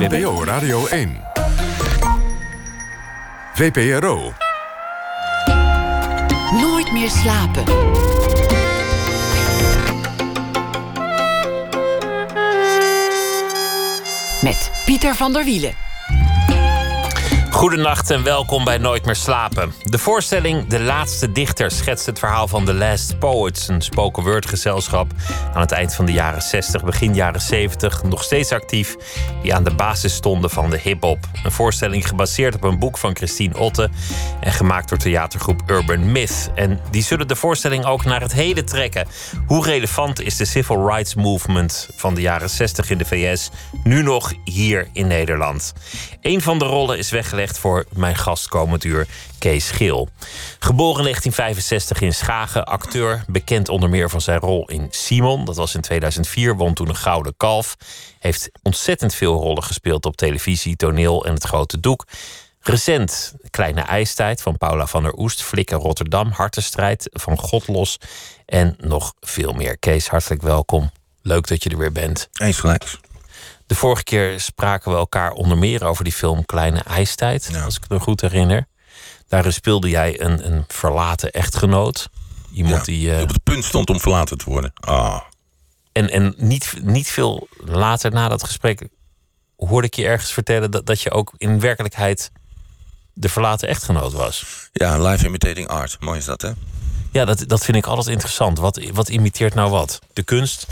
NPO Radio 1. VPRO. Nooit meer slapen. Met Pieter van der Wielen. Goedenacht en welkom bij Nooit meer slapen. De voorstelling De Laatste Dichter schetst het verhaal van The Last Poets, een spoken word gezelschap aan het eind van de jaren 60, begin jaren 70, nog steeds actief, die aan de basis stonden van de hip-hop. Een voorstelling gebaseerd op een boek van Christine Otte en gemaakt door theatergroep Urban Myth. En die zullen de voorstelling ook naar het heden trekken. Hoe relevant is de civil rights movement van de jaren 60 in de VS nu nog hier in Nederland? Een van de rollen is weggelegd voor mijn gast komend uur, Kees Geel. Geboren in 1965 in Schagen, acteur, bekend onder meer van zijn rol in Simon. Dat was in 2004, won toen een Gouden Kalf. Heeft ontzettend veel rollen gespeeld op televisie, toneel en het grote doek. Recent Kleine IJstijd van Paula van der Oest, Flikker Rotterdam, Hartenstrijd van God los en nog veel meer. Kees, hartelijk welkom. Leuk dat je er weer bent. Eens gelijks. De vorige keer spraken we elkaar onder meer over die film Kleine IJstijd, als ik me goed herinner. Daarin speelde jij een verlaten echtgenoot. Iemand die op het punt stond om verlaten te worden. En niet veel later na dat gesprek hoorde ik je ergens vertellen dat je ook in werkelijkheid de verlaten echtgenoot was. Ja, live imitating art. Mooi is dat, hè? Ja, dat vind ik altijd interessant. Wat imiteert nou wat? De kunst?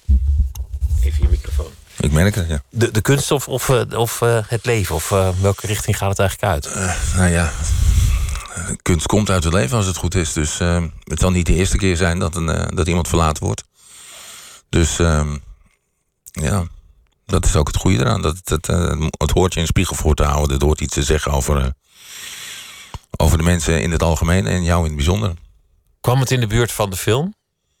Even je microfoon. Ik merk het, ja. De kunst of het leven? Of welke richting gaat het eigenlijk uit? Nou ja, kunst komt uit het leven als het goed is. Dus het zal niet de eerste keer zijn dat iemand verlaten wordt. Dus ja, dat is ook het goede eraan. Het hoort je in spiegel voor te houden. Het hoort iets te zeggen over de mensen in het algemeen en jou in het bijzonder. Kwam het in de buurt van de film?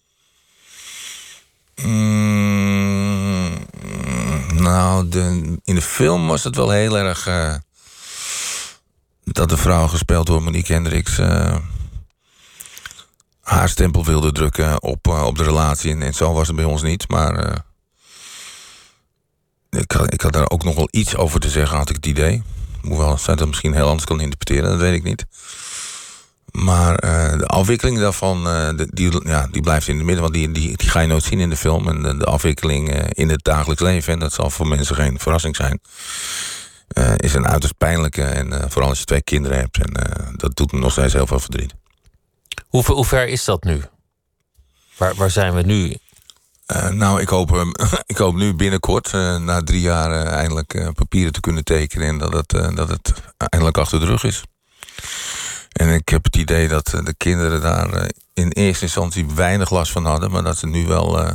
Nou, in de film was het wel heel erg dat de vrouw gespeeld door Monique Hendricks haar stempel wilde drukken op de relatie. En zo was het bij ons niet. Maar ik had daar ook nog wel iets over te zeggen, had ik het idee. Hoewel zij dat misschien heel anders kan interpreteren, dat weet ik niet. Maar de afwikkeling daarvan, die blijft in het midden. Want die ga je nooit zien in de film. En de afwikkeling in het dagelijks leven, en dat zal voor mensen geen verrassing zijn, is een uiterst pijnlijke. En vooral als je 2 kinderen hebt. En dat doet me nog steeds heel veel verdriet. Hoe ver is dat nu? Waar zijn we nu? Nou, ik hoop nu binnenkort, na 3 jaar, eindelijk papieren te kunnen tekenen. En dat het eindelijk achter de rug is. En ik heb het idee dat de kinderen daar in eerste instantie weinig last van hadden. Maar dat ze nu wel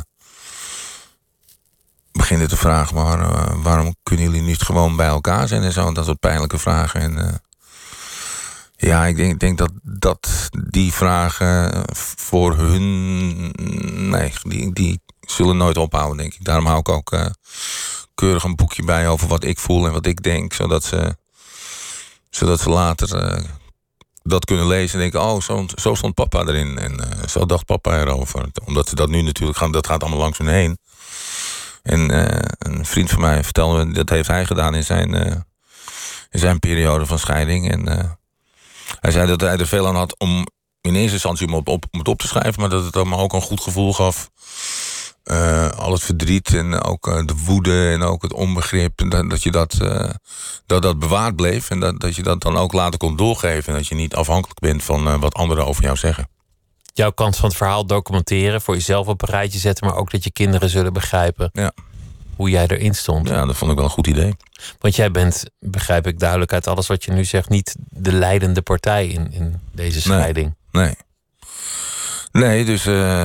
beginnen te vragen. Maar waarom kunnen jullie niet gewoon bij elkaar zijn en zo? Dat soort pijnlijke vragen. En ja, ik denk dat die vragen voor hun... Nee, die zullen nooit ophouden, denk ik. Daarom hou ik ook keurig een boekje bij over wat ik voel en wat ik denk. Zodat ze later... dat kunnen lezen en denken, zo stond papa erin. En zo dacht papa erover. Omdat ze dat nu natuurlijk dat gaat allemaal langs hun heen. En een vriend van mij vertelde me, dat heeft hij gedaan in zijn periode van scheiding. En hij zei dat hij er veel aan had om in eerste instantie om het op te schrijven, maar dat het hem ook een goed gevoel gaf. Al het verdriet en ook de woede en ook het onbegrip. Dat bewaard bleef. En dat je dat dan ook later kon doorgeven. En dat je niet afhankelijk bent van wat anderen over jou zeggen. Jouw kant van het verhaal documenteren, voor jezelf op een rijtje zetten, maar ook dat je kinderen zullen begrijpen hoe jij erin stond. Ja, dat vond ik wel een goed idee. Want jij bent, begrijp ik duidelijk uit alles wat je nu zegt, niet de leidende partij in deze scheiding. Nee, dus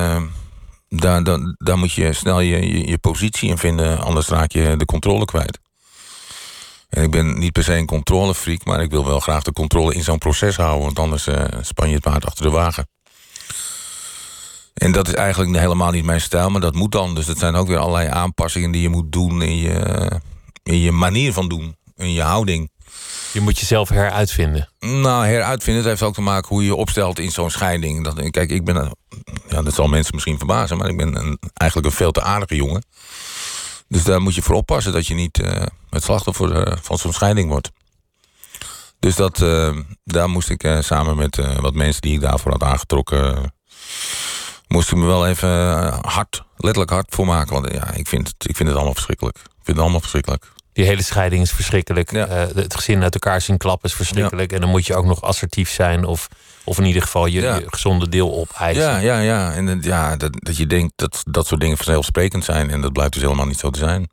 daar moet je snel je positie in vinden, anders raak je de controle kwijt. En ik ben niet per se een controlefreak, maar ik wil wel graag de controle in zo'n proces houden, want anders span je het paard achter de wagen. En dat is eigenlijk helemaal niet mijn stijl, maar dat moet dan. Dus het zijn ook weer allerlei aanpassingen die je moet doen in je manier van doen, in je houding. Je moet jezelf heruitvinden. Nou, heruitvinden, het heeft ook te maken hoe je je opstelt in zo'n scheiding. Kijk, ik ben, dat zal mensen misschien verbazen, maar ik ben eigenlijk een veel te aardige jongen. Dus daar moet je voor oppassen dat je niet het slachtoffer van zo'n scheiding wordt. Dus daar moest ik samen met wat mensen die ik daarvoor had aangetrokken... moest ik me wel even letterlijk hard voor maken. Want ja, ik vind het allemaal verschrikkelijk. Die hele scheiding is verschrikkelijk. Ja. Het gezin uit elkaar zien klappen is verschrikkelijk. Ja. En dan moet je ook nog assertief zijn. Of in ieder geval je gezonde deel opeisen. Ja. En dat je denkt dat soort dingen vanzelfsprekend zijn. En dat blijkt dus helemaal niet zo te zijn.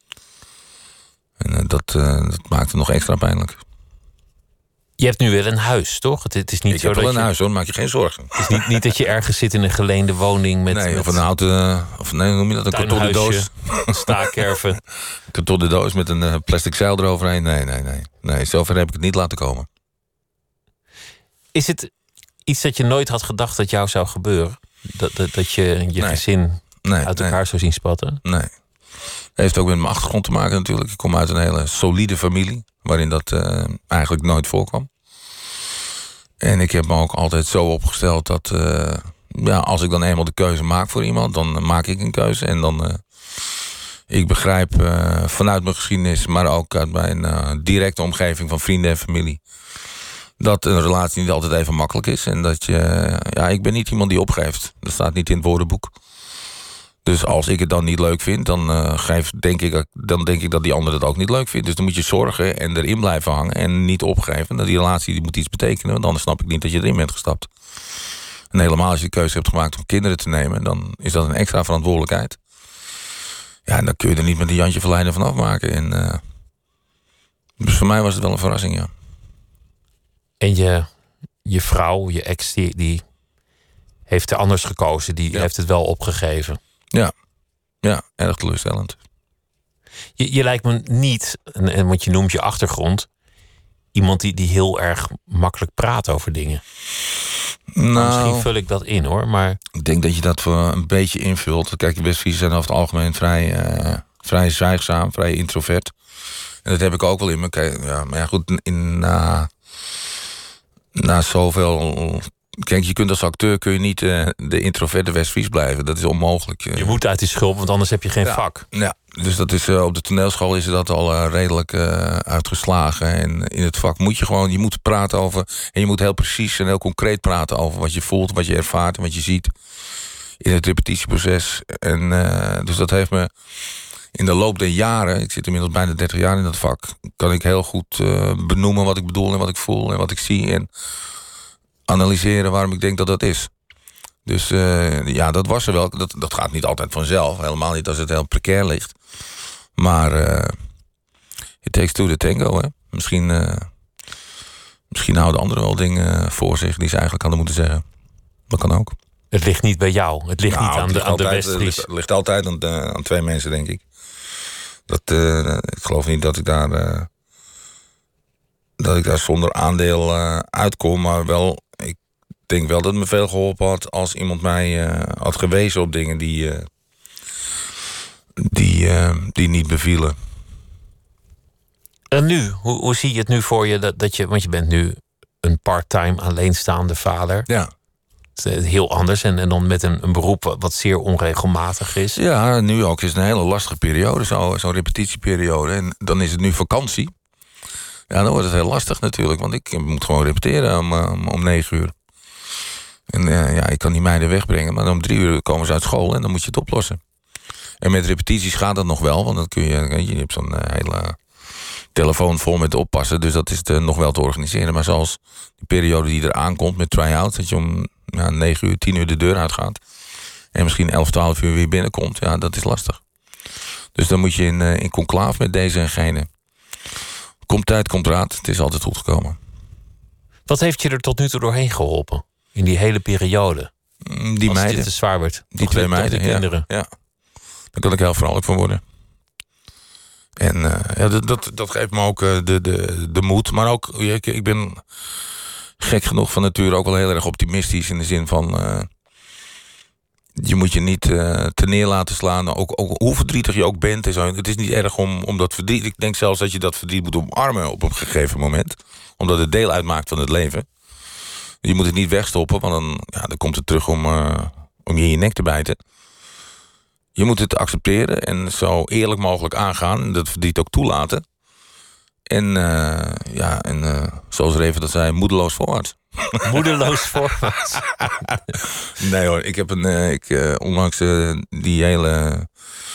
En dat maakt het nog extra pijnlijk. Je hebt nu wel een huis, toch? Het is niet ik zo heb dat wel een je... huis, hoor. Maak je geen zorgen. Het is niet dat je ergens zit in een geleende woning met... Nee, of een houten... hoe noem je dat? Een kartonnen doos. Een staakerven. Een kartonnen doos met een plastic zeil eroverheen. Nee, zover heb ik het niet laten komen. Is het iets dat je nooit had gedacht dat jou zou gebeuren? Dat je gezin uit elkaar zou zien spatten? Nee. Het heeft ook met mijn achtergrond te maken natuurlijk. Ik kom uit een hele solide familie, waarin dat eigenlijk nooit voorkwam. En ik heb me ook altijd zo opgesteld dat als ik dan eenmaal de keuze maak voor iemand, dan maak ik een keuze. En dan, ik begrijp vanuit mijn geschiedenis, maar ook uit mijn directe omgeving van vrienden en familie, dat een relatie niet altijd even makkelijk is. En dat ik ben niet iemand die opgeeft. Dat staat niet in het woordenboek. Dus als ik het dan niet leuk vind, dan denk ik dat die ander het ook niet leuk vindt. Dus dan moet je zorgen en erin blijven hangen en niet opgeven. Dat die relatie die moet iets betekenen, want anders snap ik niet dat je erin bent gestapt. En helemaal als je de keuze hebt gemaakt om kinderen te nemen, dan is dat een extra verantwoordelijkheid. Ja, en dan kun je er niet met een Jantje Verleiden van afmaken. En, dus voor mij was het wel een verrassing, ja. En je vrouw, je ex, die heeft er anders gekozen. Die heeft het wel opgegeven. Ja, erg teleurstellend. Je lijkt me niet, want je noemt je achtergrond, iemand die heel erg makkelijk praat over dingen. Nou, misschien vul ik dat in, hoor. Maar ik denk dat je dat voor een beetje invult. Kijk, de West-Friesen zijn over het algemeen vrij zwijgzaam, vrij introvert. En dat heb ik ook wel in me. Ja, maar ja, goed, na zoveel... Kijk, je kunt als acteur niet de introverte West-Fries blijven. Dat is onmogelijk. Je moet uit die schulp, want anders heb je geen vak. Ja, dus dat is, op de toneelschool is dat al redelijk uitgeslagen. En in het vak moet je moet praten over... En je moet heel precies en heel concreet praten over wat je voelt, wat je ervaart en wat je ziet in het repetitieproces. En dus dat heeft me in de loop der jaren... Ik zit inmiddels bijna 30 jaar in dat vak... kan ik heel goed benoemen wat ik bedoel en wat ik voel en wat ik zie... En analyseren waarom ik denk dat dat is. Dus dat was er wel. Dat gaat niet altijd vanzelf. Helemaal niet als het heel precair ligt. Maar it takes two to tango. Hè? Misschien houden anderen wel dingen voor zich die ze eigenlijk hadden moeten zeggen. Dat kan ook. Het ligt niet bij jou. Het ligt niet aan de West-Fries. Het ligt altijd aan twee mensen, denk ik. Ik geloof niet dat ik daar zonder aandeel uitkom. Maar wel, ik denk wel dat het me veel geholpen had als iemand mij had gewezen op dingen die niet bevielen. En nu? Hoe zie je het nu voor je? Want je bent nu een part-time alleenstaande vader. Ja. Het is heel anders en dan met een beroep wat zeer onregelmatig is. Ja, nu ook is het een hele lastige periode, zo'n repetitieperiode. En dan is het nu vakantie. Ja, dan wordt het heel lastig natuurlijk, want ik moet gewoon repeteren om 9 uur. En ik kan die meiden wegbrengen, maar om 3 uur komen ze uit school en dan moet je het oplossen. En met repetities gaat dat nog wel, want dan kun je hebt zo'n hele telefoon vol met oppassen, dus dat is nog wel te organiseren. Maar zoals die periode die eraan komt met try-out, dat je om 9 uur, 10 uur de deur uitgaat en misschien 11, 12 uur weer binnenkomt, ja, dat is lastig. Dus dan moet je in conclave met deze en gene. Komt tijd, komt raad. Het is altijd goed gekomen. Wat heeft je er tot nu toe doorheen geholpen? In die hele periode? Die als meiden. Het te zwaar werd. Die 2 meiden, die kinderen. Ja. Daar kan ik heel vrolijk van worden. En dat geeft me ook de moed. Maar ook, ik ben gek genoeg van nature ook wel heel erg optimistisch. In de zin van... je moet je niet te neer laten slaan. Ook hoe verdrietig je ook bent. En zo. Het is niet erg om dat verdriet... Ik denk zelfs dat je dat verdriet moet omarmen op een gegeven moment. Omdat het deel uitmaakt van het leven. Je moet het niet wegstoppen. Want dan komt het terug om je in je nek te bijten. je moet het accepteren en zo eerlijk mogelijk aangaan. En dat verdriet ook toelaten. En zoals Reven dat zei, moedeloos voorwaarts. Moedeloos voorwaarts. Nee hoor, ik heb ondanks die hele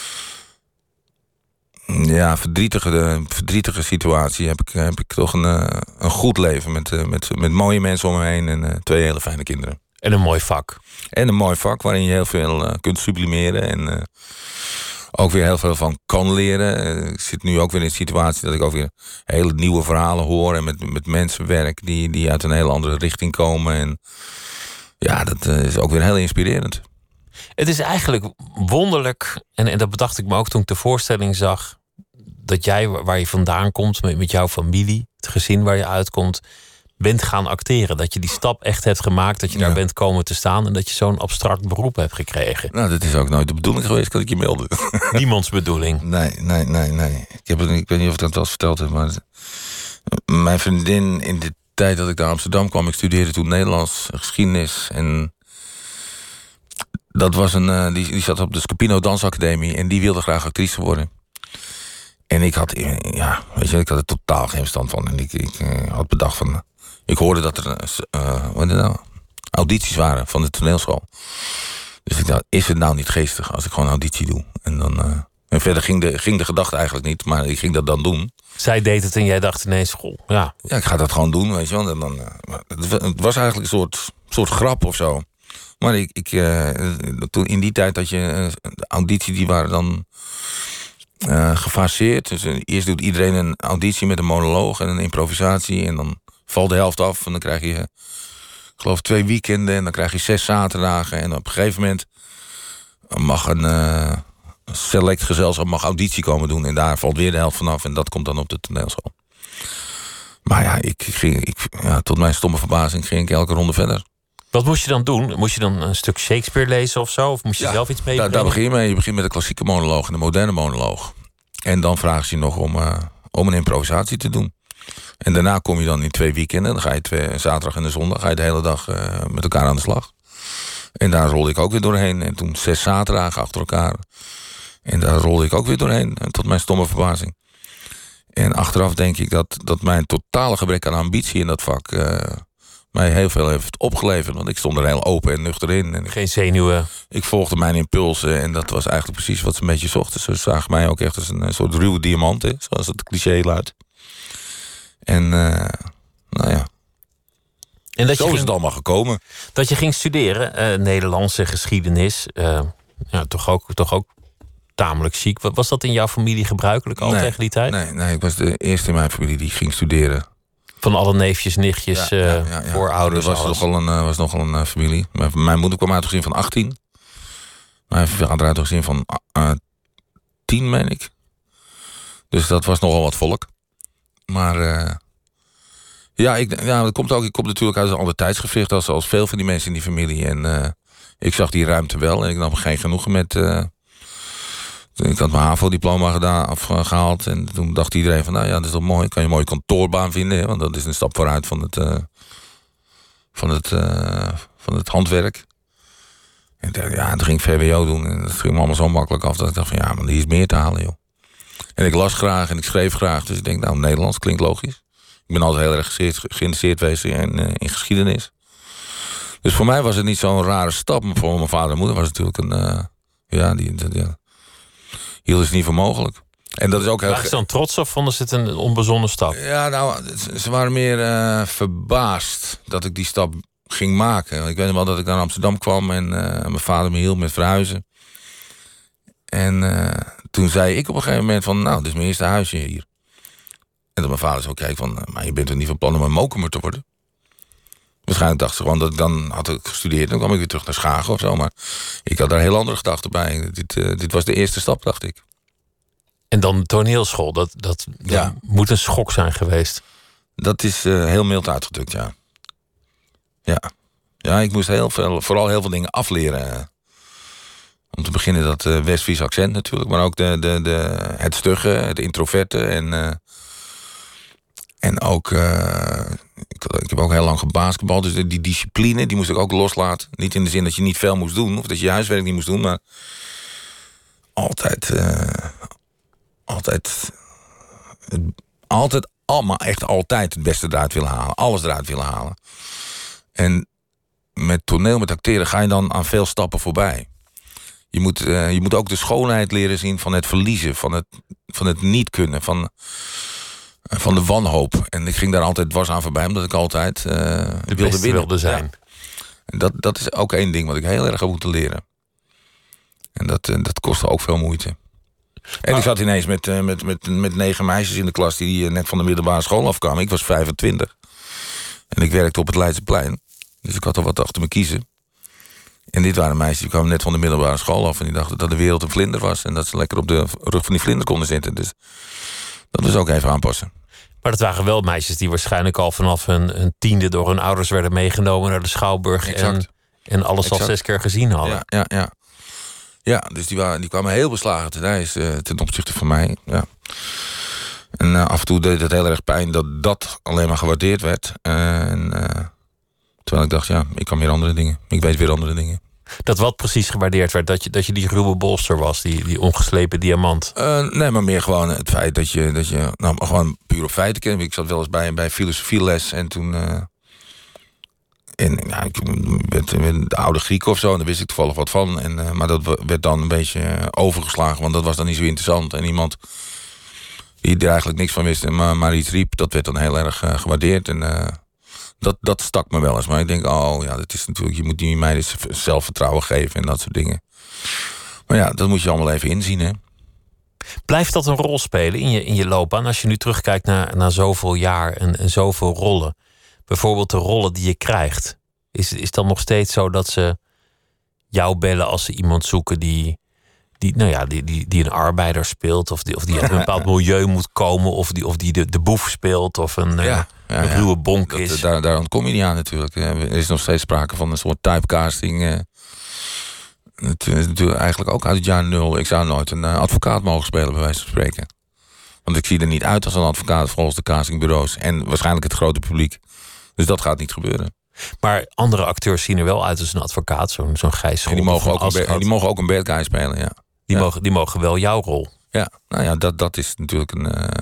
verdrietige situatie heb ik toch een goed leven met mooie mensen om me heen en 2 hele fijne kinderen. En een mooi vak. En een mooi vak waarin je heel veel kunt sublimeren en ook weer heel veel van kan leren. Ik zit nu ook weer in een situatie dat ik ook weer hele nieuwe verhalen hoor en met mensen werk die uit een hele andere richting komen. En ja, dat is ook weer heel inspirerend. Het is eigenlijk wonderlijk, en dat bedacht ik me ook toen ik de voorstelling zag, dat jij, waar je vandaan komt, met jouw familie, het gezin waar je uitkomt, bent gaan acteren. Dat je die stap echt hebt gemaakt, dat je daar bent komen te staan en dat je zo'n abstract beroep hebt gekregen. Nou, dat is ook nooit de bedoeling geweest, kan ik je melden. Niemands bedoeling. Nee. Ik weet niet of ik dat wel eens verteld heb, maar mijn vriendin in de tijd dat ik naar Amsterdam kwam, ik studeerde toen Nederlands, geschiedenis en dat was die zat op de Scapino Dansacademie en die wilde graag actrice worden. En ik had, ik had er totaal geen verstand van. En ik had bedacht van, ik hoorde dat er audities waren van de toneelschool. Dus ik dacht, is het nou niet geestig als ik gewoon auditie doe? En dan en verder ging de gedachte eigenlijk niet, maar ik ging dat dan doen. Zij deed het en jij dacht ineens, goh, ja. Ja, ik ga dat gewoon doen, weet je wel. En dan, het was eigenlijk een soort grap of zo. Maar toen in die tijd dat je de auditie, die waren dan gefaseerd. Dus eerst doet iedereen een auditie met een monoloog en een improvisatie. En dan valt de helft af. En dan krijg je, ik geloof, 2 weekenden. En dan krijg je 6 zaterdagen. En op een gegeven moment mag een select gezelschap auditie komen doen. En daar valt weer de helft vanaf. En dat komt dan op de toneelschool. Maar ja, tot mijn stomme verbazing ging ik elke ronde verder. Wat moest je dan doen? Moest je dan een stuk Shakespeare lezen of zo? Of moest je zelf iets meebrengen? Daar begin je mee. Je begint met de klassieke monoloog en de moderne monoloog. En dan vragen ze je nog om een improvisatie te doen. En daarna kom je dan in 2 weekenden. Dan ga je zaterdag en de zondag ga je de hele dag met elkaar aan de slag. En daar rolde ik ook weer doorheen. En toen 6 zaterdagen achter elkaar. En daar rolde ik ook weer doorheen. Tot mijn stomme verbazing. En achteraf denk ik dat mijn totale gebrek aan ambitie in dat vak mij heel veel heeft opgeleverd. Want ik stond er heel open en nuchter in. En geen zenuwen. Ik volgde mijn impulsen en dat was eigenlijk precies wat ze een beetje zochten. Ze zagen mij ook echt als een soort ruwe diamant, zoals het cliché luidt. En nou ja. En dat zo is het allemaal gekomen. Dat je ging studeren, Nederlandse geschiedenis. Toch ook tamelijk chic. Was dat in jouw familie gebruikelijk al tegen die tijd? Nee, ik was de eerste in mijn familie die ging studeren. Van alle neefjes, nichtjes, voorouders. Dat was nogal een familie. Mijn moeder kwam uit een gezin van 18. Mijn vader uit een gezin van 10, meen ik. Dus dat was nogal wat volk. Maar dat komt ook. Ik kom natuurlijk uit een ander tijdsgevricht als veel van die mensen in die familie. En ik zag die ruimte wel. En ik nam geen genoegen met. Ik had mijn HAVO-diploma afgehaald. En toen dacht iedereen van, nou ja, dat is toch mooi. Kan je een mooie kantoorbaan vinden. Hè? Want dat is een stap vooruit van het handwerk. En toen ging ik VWO doen. En dat ging me allemaal zo makkelijk af. Dat ik dacht van, ja, maar hier is meer te halen, joh. En ik las graag en ik schreef graag. Dus ik denk, nou, Nederlands klinkt logisch. Ik ben altijd heel erg geïnteresseerd geweest in geschiedenis. Dus voor mij was het niet zo'n rare stap. Maar voor mijn vader en moeder was het natuurlijk hielden ze niet voor mogelijk. En dat is ook heel. Waren ze dan trots of vonden ze het een onbezonnen stap? Ja, nou, ze waren meer verbaasd dat ik die stap ging maken. Ik weet wel dat ik naar Amsterdam kwam en mijn vader me hielp met verhuizen. En toen zei ik op een gegeven moment van, nou, dit is mijn eerste huisje hier. En dat mijn vader zo keek van, maar je bent er niet van plan om een mokumer te worden? Waarschijnlijk dacht ze gewoon dat ik dan had ik gestudeerd. Dan kwam ik weer terug naar Schagen of zo. Maar ik had daar heel andere gedachten bij. Dit was de eerste stap, dacht ik. En dan de toneelschool. Dat moet een schok zijn geweest. Dat is heel mild uitgedrukt, ja. Ja, ik moest vooral heel veel dingen afleren. Om te beginnen dat West-Fries accent natuurlijk. Maar ook het stugge, het introverte. En ook... Ik heb ook heel lang gebasketbald, dus die discipline die moest ik ook loslaten. Niet in de zin dat je niet veel moest doen, of dat je huiswerk niet moest doen, maar altijd het beste eruit willen halen. Alles eruit willen halen. En met toneel, met acteren ga je dan aan veel stappen voorbij. Je moet ook de schoonheid leren zien van het verliezen, van het niet kunnen, van de wanhoop. En ik ging daar altijd dwars aan voorbij, omdat ik altijd wilde zijn. Ja. En dat is ook één ding wat ik heel erg heb moeten leren. En dat kostte ook veel moeite. En ik zat ineens met 9 meisjes in de klas die net van de middelbare school afkwamen. Ik was 25. En ik werkte op het Leidseplein. Dus ik had er wat achter me kiezen. En dit waren meisjes die kwamen net van de middelbare school af. En die dachten dat de wereld een vlinder was. En dat ze lekker op de rug van die vlinder konden zitten. Dus dat was ook even aanpassen. Maar dat waren wel meisjes die waarschijnlijk al vanaf hun 10e door hun ouders werden meegenomen naar de Schouwburg. En alles al 6 keer gezien hadden. Ja. Ja, dus die kwamen heel beslagen ten ijs ten opzichte van mij. Ja. En af en toe deed het heel erg pijn dat alleen maar gewaardeerd werd. Terwijl ik dacht, ja, ik kan weer andere dingen. Ik weet weer andere dingen. Dat wat precies gewaardeerd werd? Dat je die ruwe bolster was, die ongeslepen diamant? Nee, maar meer gewoon het feit dat je nou, gewoon puur op feiten kent. Ik zat wel eens bij filosofieles en toen... ik werd de oude Grieken of zo, en daar wist ik toevallig wat van. Maar dat werd dan een beetje overgeslagen, want dat was dan niet zo interessant. En iemand die er eigenlijk niks van wist, maar iets riep, dat werd dan heel erg gewaardeerd. En dat stak me wel eens. Maar ik denk, dat is natuurlijk, je moet die meiden zelfvertrouwen geven en dat soort dingen. Maar ja, dat moet je allemaal even inzien, hè. Blijft dat een rol spelen in je loopbaan? Als je nu terugkijkt naar zoveel jaar en zoveel rollen. Bijvoorbeeld de rollen die je krijgt. Is dan nog steeds zo dat ze jou bellen als ze iemand zoeken die een arbeider speelt, of die uit een bepaald milieu moet komen, of die de boef speelt, of een ruwe bonk is? Daar ontkom je niet aan natuurlijk. Er is nog steeds sprake van een soort typecasting. Het is natuurlijk eigenlijk ook uit het jaar 0. Ik zou nooit een advocaat mogen spelen, bij wijze van spreken. Want ik zie er niet uit als een advocaat volgens de castingbureaus en waarschijnlijk het grote publiek. Dus dat gaat niet gebeuren. Maar andere acteurs zien er wel uit als een advocaat, zo'n Gijs Scholten. Die mogen ook een bad guy spelen, ja. Die mogen wel jouw rol. Ja, nou ja, dat is natuurlijk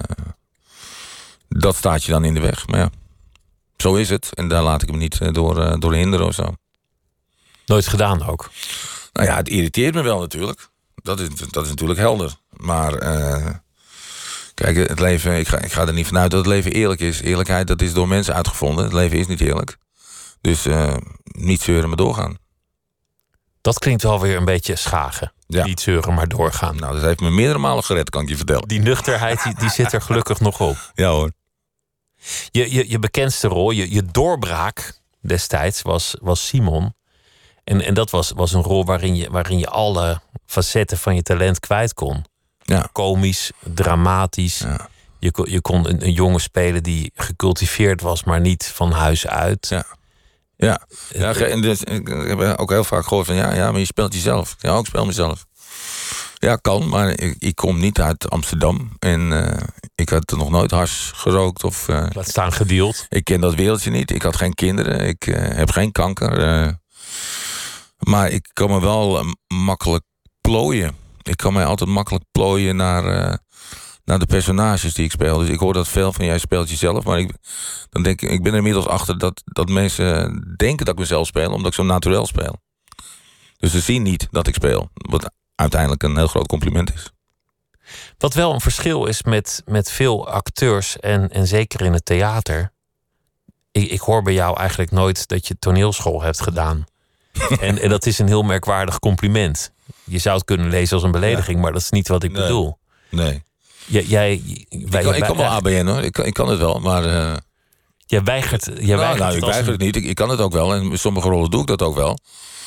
dat staat je dan in de weg. Maar ja, zo is het. En daar laat ik me niet door hinderen of zo. Nooit gedaan ook? Nou ja, het irriteert me wel natuurlijk. Dat is natuurlijk helder. Maar kijk, het leven, ik ga er niet vanuit dat het leven eerlijk is. Eerlijkheid, dat is door mensen uitgevonden. Het leven is niet eerlijk. Dus niet zeuren, maar doorgaan. Dat klinkt wel weer een beetje schagen. Ja. Niet zeuren, maar doorgaan. Nou, dat heeft me meerdere malen gered, kan ik je vertellen. Die nuchterheid, die zit er gelukkig nog op. Ja hoor. Je bekendste rol, je doorbraak destijds was Simon. En dat was een rol waarin je alle facetten van je talent kwijt kon. Ja. Komisch, dramatisch. Ja. Je kon een jongen spelen die gecultiveerd was, maar niet van huis uit. Ja. En dus, ik heb ook heel vaak gehoord van maar je speelt jezelf. Ja, ik speel mezelf. Ja, kan, maar ik kom niet uit Amsterdam. En ik had nog nooit hars gerookt of... Laat staan gedeeld. Ik ken dat wereldje niet. Ik had geen kinderen. Ik heb geen kanker. Maar ik kan me wel makkelijk plooien. Ik kan mij altijd makkelijk plooien naar de personages die ik speel. Dus ik hoor dat veel van jij speelt jezelf. Maar ik ben er inmiddels achter dat mensen denken dat ik mezelf speel, omdat ik zo naturel speel. Dus ze zien niet dat ik speel. Wat uiteindelijk een heel groot compliment is. Wat wel een verschil is met veel acteurs en zeker in het theater. Ik hoor bij jou eigenlijk nooit dat je toneelschool hebt gedaan. En dat is een heel merkwaardig compliment. Je zou het kunnen lezen als een belediging, maar dat is niet wat ik bedoel. Nee. Ik kan wel ABN hoor. Ik kan het wel, maar... Jij weigert ik weiger het niet. Ik kan het ook wel. En in sommige rollen doe ik dat ook wel.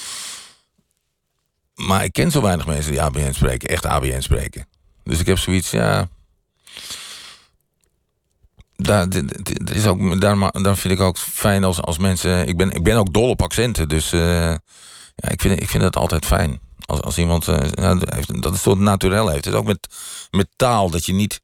Maar ik ken zo weinig mensen die ABN spreken. Echt ABN spreken. Dus ik heb zoiets, Daar vind ik ook fijn als mensen... Ik ben ook dol op accenten. Dus ik vind het altijd fijn. Als iemand dat het soort naturel heeft. Het is ook met taal dat je niet...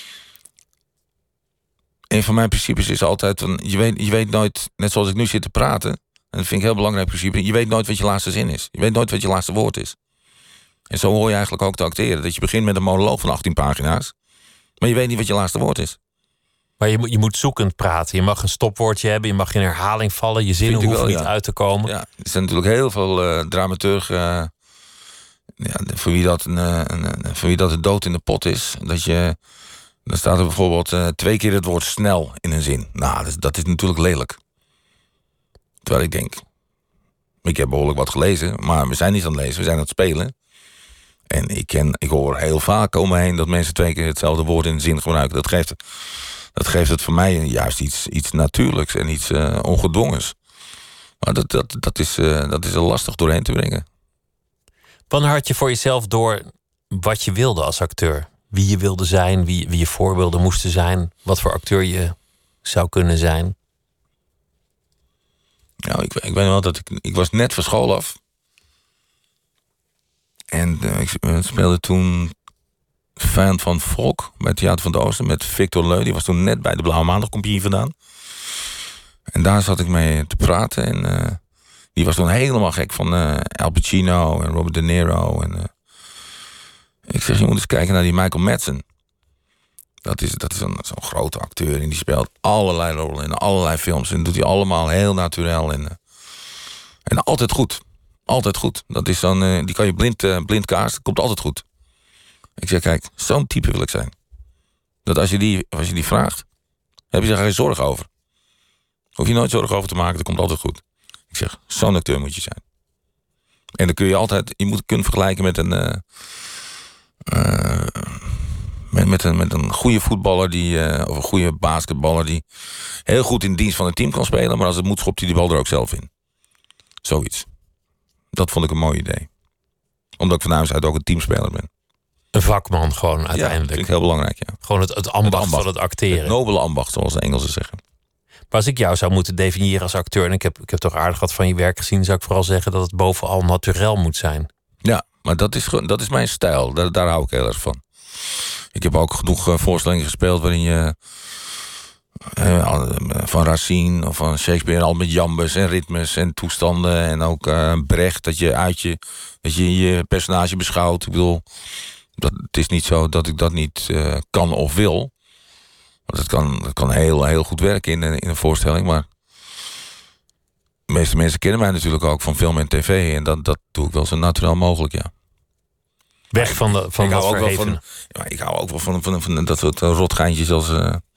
Een van mijn principes is altijd... Je weet nooit, net zoals ik nu zit te praten... en dat vind ik een heel belangrijk principe... je weet nooit wat je laatste zin is. Je weet nooit wat je laatste woord is. En zo hoor je eigenlijk ook te acteren. Dat je begint met een monoloog van 18 pagina's. Maar je weet niet wat je laatste woord is. Maar je moet zoekend praten. Je mag een stopwoordje hebben. Je mag in herhaling vallen. Je zinnen hoeven niet uit te komen. Ja, er zijn natuurlijk heel veel dramaturgen... voor wie dat de dood in de pot is. Dan staat er bijvoorbeeld 2 keer het woord snel in een zin. Nou, dat is natuurlijk lelijk. Terwijl ik denk... Ik heb behoorlijk wat gelezen, maar we zijn niet aan het lezen. We zijn aan het spelen. En ik hoor heel vaak om me heen dat mensen 2 keer hetzelfde woord in een zin gebruiken. Dat geeft het voor mij juist iets natuurlijks en iets ongedwongens. Maar dat is er lastig doorheen te brengen. Wanneer had je voor jezelf door wat je wilde als acteur? Wie je wilde zijn, wie je voorbeelden moesten zijn, wat voor acteur je zou kunnen zijn? Nou, ik weet wel dat ik was net van school af. En ik speelde toen Vijand van het Volk bij het Theater van het Oosten met Victor Leu. Die was toen net bij de Blauwe Maandag Compagnie vandaan. En daar zat ik mee te praten. En die was toen helemaal gek van Al Pacino en Robert De Niro. En ik zeg, je moet eens kijken naar die Michael Madsen. Dat is zo'n grote acteur en die speelt allerlei rollen in allerlei films. En doet hij allemaal heel naturel en altijd goed. Altijd goed. Dat is dan, die kan je blind casten, komt altijd goed. Ik zeg, kijk, zo'n type wil ik zijn. Dat als je die vraagt, heb je er geen zorgen over. Hoef je nooit zorgen over te maken, dat komt altijd goed. Ik zeg, zo'n acteur moet je zijn. En dan kun je altijd, je moet kunnen vergelijken met een... Met een goede voetballer of een goede basketballer die heel goed in dienst van het team kan spelen, maar als het moet schopt hij die bal er ook zelf in. Zoiets. Dat vond ik een mooi idee. Omdat ik van huis uit ook een teamspeler ben. Een vakman gewoon uiteindelijk. Ja, dat vind ik heel belangrijk, ja. Gewoon het ambacht van het acteren. Het nobele ambacht, zoals de Engelsen zeggen. Maar als ik jou zou moeten definiëren als acteur, en ik heb toch aardig wat van je werk gezien, zou ik vooral zeggen dat het bovenal naturel moet zijn. Ja, maar dat is mijn stijl. Daar hou ik heel erg van. Ik heb ook genoeg voorstellingen gespeeld waarin je van Racine of van Shakespeare al met jambes en ritmes en toestanden en ook Brecht, dat je je personage beschouwt. Ik bedoel, het is niet zo dat ik dat niet kan of wil. Want dat kan heel, heel goed werken in een voorstelling, maar de meeste mensen kennen mij natuurlijk ook van film en tv en dat doe ik wel zo natuurlijk mogelijk, ja. Weg van dat verheven. Ik hou ook wel van dat soort rotgeintjes als...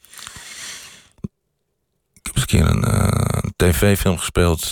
ik heb eens een keer een tv-film gespeeld.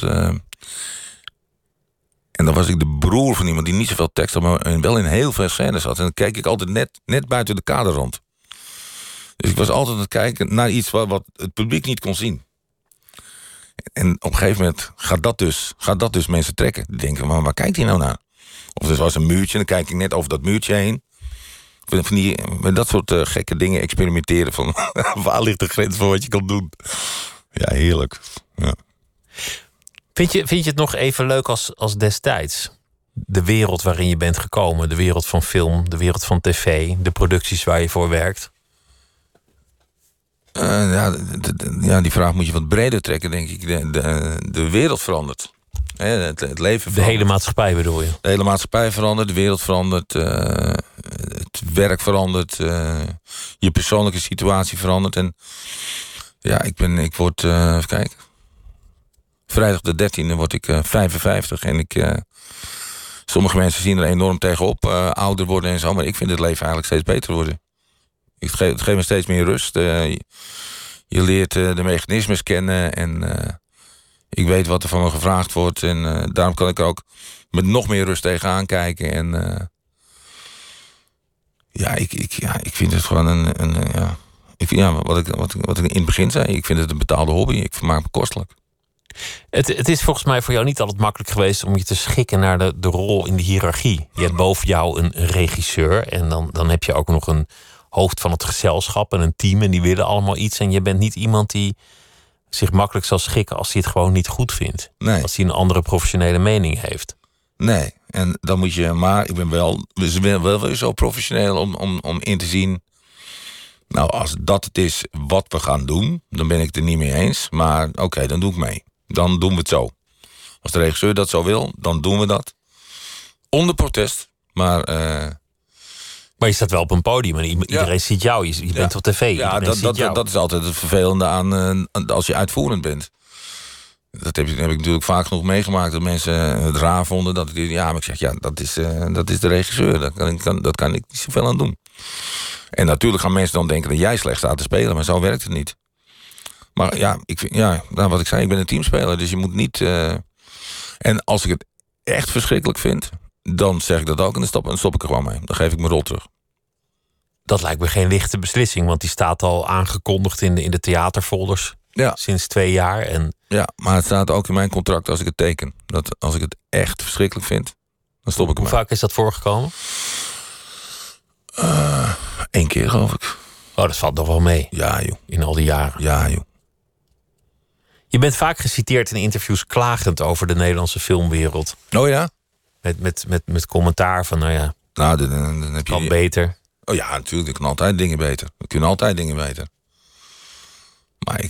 En dan was ik de broer van iemand die niet zoveel tekst had, maar wel in heel veel scènes had. En dan keek ik altijd net buiten de kader rond. Dus ik was altijd aan het kijken naar iets wat het publiek niet kon zien. En op een gegeven moment gaat dat dus mensen trekken. Die denken, maar waar kijkt hij nou naar? Of er was een muurtje, en dan kijk ik net over dat muurtje heen. Met dat soort gekke dingen experimenteren. Van waar ligt de grens van wat je kan doen? Ja, heerlijk. Ja. Vind je het nog even leuk als destijds? De wereld waarin je bent gekomen. De wereld van film, de wereld van tv. De producties waar je voor werkt. Die vraag moet je wat breder trekken, denk ik. De wereld verandert. Het leven verandert. De hele maatschappij bedoel je? De hele maatschappij verandert, de wereld verandert, het werk verandert, je persoonlijke situatie verandert. En ja, ik word, even kijken, vrijdag de 13e word ik 55 en sommige mensen zien er enorm tegenop, ouder worden en zo, maar ik vind het leven eigenlijk steeds beter worden. Het geeft me steeds meer rust. Je leert de mechanismes kennen en ik weet wat er van me gevraagd wordt. En daarom kan ik er ook met nog meer rust tegenaan kijken. En ik vind het gewoon wat ik in het begin zei. Ik vind het een betaalde hobby. Ik vermaak me kostelijk. Het is volgens mij voor jou niet altijd makkelijk geweest om je te schikken naar de rol in de hiërarchie. Je hebt boven jou een regisseur en dan heb je ook nog een hoofd van het gezelschap en een team en die willen allemaal iets. En je bent niet iemand die zich makkelijk zal schikken als hij het gewoon niet goed vindt. Nee. Als hij een andere professionele mening heeft. Nee, en dan moet je, maar ik ben wel zo professioneel om in te zien. Nou, als dat het is wat we gaan doen, dan ben ik het er niet mee eens. Maar oké, dan doe ik mee. Dan doen we het zo. Als de regisseur dat zo wil, dan doen we dat. Onder protest. Maar je staat wel op een podium en iedereen ziet jou. Je bent op tv. Ja, dat is altijd het vervelende aan als je uitvoerend bent. Dat heb ik natuurlijk vaak genoeg meegemaakt. Dat mensen het raar vonden. Maar ik zeg, dat is de regisseur. Dat kan ik niet zoveel aan doen. En natuurlijk gaan mensen dan denken dat jij slecht staat te spelen. Maar zo werkt het niet. Maar wat ik zei, ik ben een teamspeler. Dus je moet niet... En als ik het echt verschrikkelijk vind... dan zeg ik dat ook en dan stop ik er gewoon mee. Dan geef ik mijn rol terug. Dat lijkt me geen lichte beslissing. Want die staat al aangekondigd in de theaterfolders. Ja. Sinds 2 jaar. Ja, maar het staat ook in mijn contract als ik het teken. Dat als ik het echt verschrikkelijk vind, dan stop ik ermee. Hoe vaak is dat voorgekomen? 1 keer, geloof ik. Oh, dat valt nog wel mee. Ja, joh. In al die jaren. Ja, joh. Je bent vaak geciteerd in interviews klagend over de Nederlandse filmwereld. Oh ja? Met commentaar van, dan heb je... Kan beter. Oh ja, natuurlijk. Er kunnen altijd dingen beter. Maar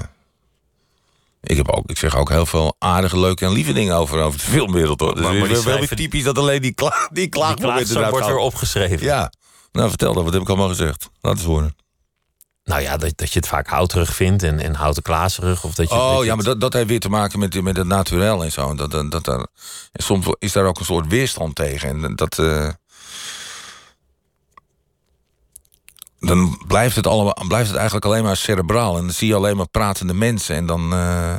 ik zeg ook heel veel aardige, leuke en lieve dingen over de filmwereld, hoor. Dus het is wel weer typisch dat alleen die klaagmomenten wordt weer opgeschreven. Ja. Nou, vertel dan. Wat heb ik allemaal gezegd? Laat eens horen. Nou ja, dat je het vaak houterig vindt en houten klaaserig. Of maar dat heeft weer te maken met het naturel en zo. En soms is daar ook een soort weerstand tegen. En dan blijft het eigenlijk alleen maar cerebraal. En dan zie je alleen maar pratende mensen. En dan...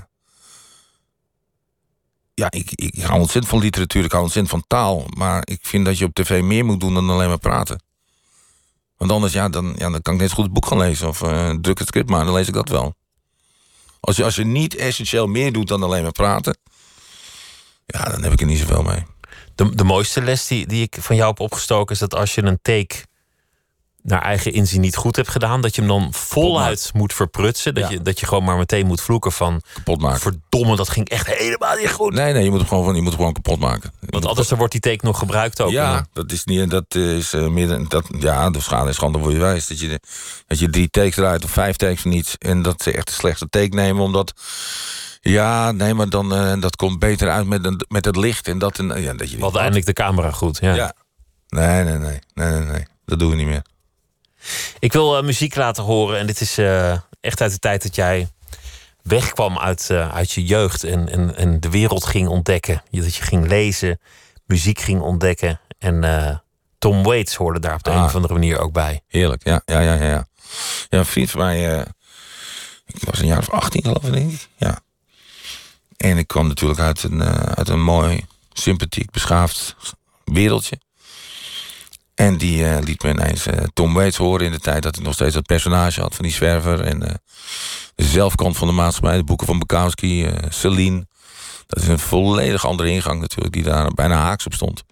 ik hou ontzettend van literatuur. Ik hou ontzettend van taal. Maar ik vind dat je op tv meer moet doen dan alleen maar praten. Want anders, dan kan ik net zo goed het boek gaan lezen. Of druk het script maar, dan lees ik dat wel. Als je niet essentieel meer doet dan alleen maar praten... ja, dan heb ik er niet zoveel mee. De mooiste les die ik van jou heb opgestoken... is dat als je een take naar eigen inzien niet goed hebt gedaan... dat je hem dan voluit moet verprutsen. Dat je gewoon maar meteen moet vloeken van... kapot maken. Verdomme, dat ging echt helemaal niet goed. Nee, je moet hem gewoon kapot maken. Want anders dan wordt die take nog gebruikt ook. Ja, dat is meer de schade en schande voor je wijs. Dat je 3 takes draait of 5 takes van iets... en dat ze echt de slechtste take nemen, omdat... Ja, nee, maar dan dat komt beter uit met het licht. En dat je wat eindelijk de camera goed, ja. Nee. Dat doen we niet meer. Ik wil muziek laten horen. En dit is echt uit de tijd dat jij wegkwam uit je jeugd. En de wereld ging ontdekken. Dat je ging lezen, muziek ging ontdekken. En Tom Waits hoorde daar op de een of andere manier ook bij. Heerlijk, ja. Ja, een vriend van mij... ik was een jaar of 18, geloof ik, denk ik. Ja. En ik kwam natuurlijk uit een mooi, sympathiek, beschaafd wereldje. En die liet me ineens Tom Waits horen in de tijd dat ik nog steeds dat personage had van die zwerver. En de zelfkant van de maatschappij, de boeken van Bukowski, Celine. Dat is een volledig andere ingang natuurlijk, die daar bijna haaks op stond.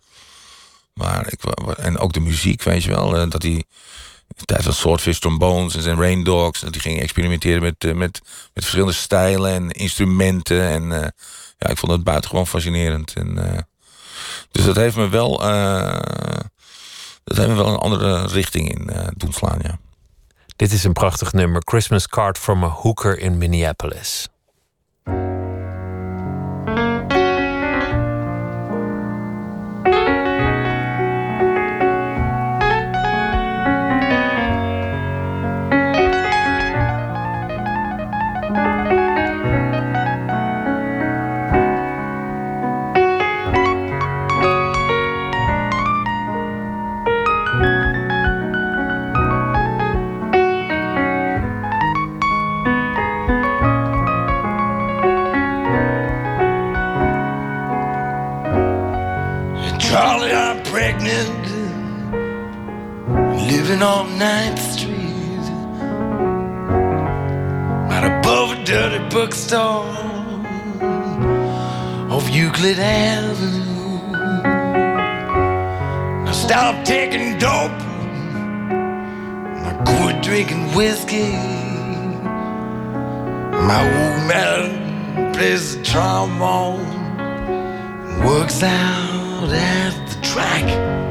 En ook de muziek, weet je wel. Dat hij tijdens dat Swordfish Trombones en zijn Rain Dogs... dat hij ging experimenteren met verschillende stijlen en instrumenten. En ik vond het buitengewoon fascinerend. En, dus dat heeft me wel... een andere richting in doen slaan, ja. Dit is een prachtig nummer. Christmas Card from a Hooker in Minneapolis. Charlie, I'm pregnant, living on 9th Street, right above a dirty bookstore off Euclid Avenue. I stopped taking dope, I quit drinking whiskey. My old man plays the trombone, works out at the track.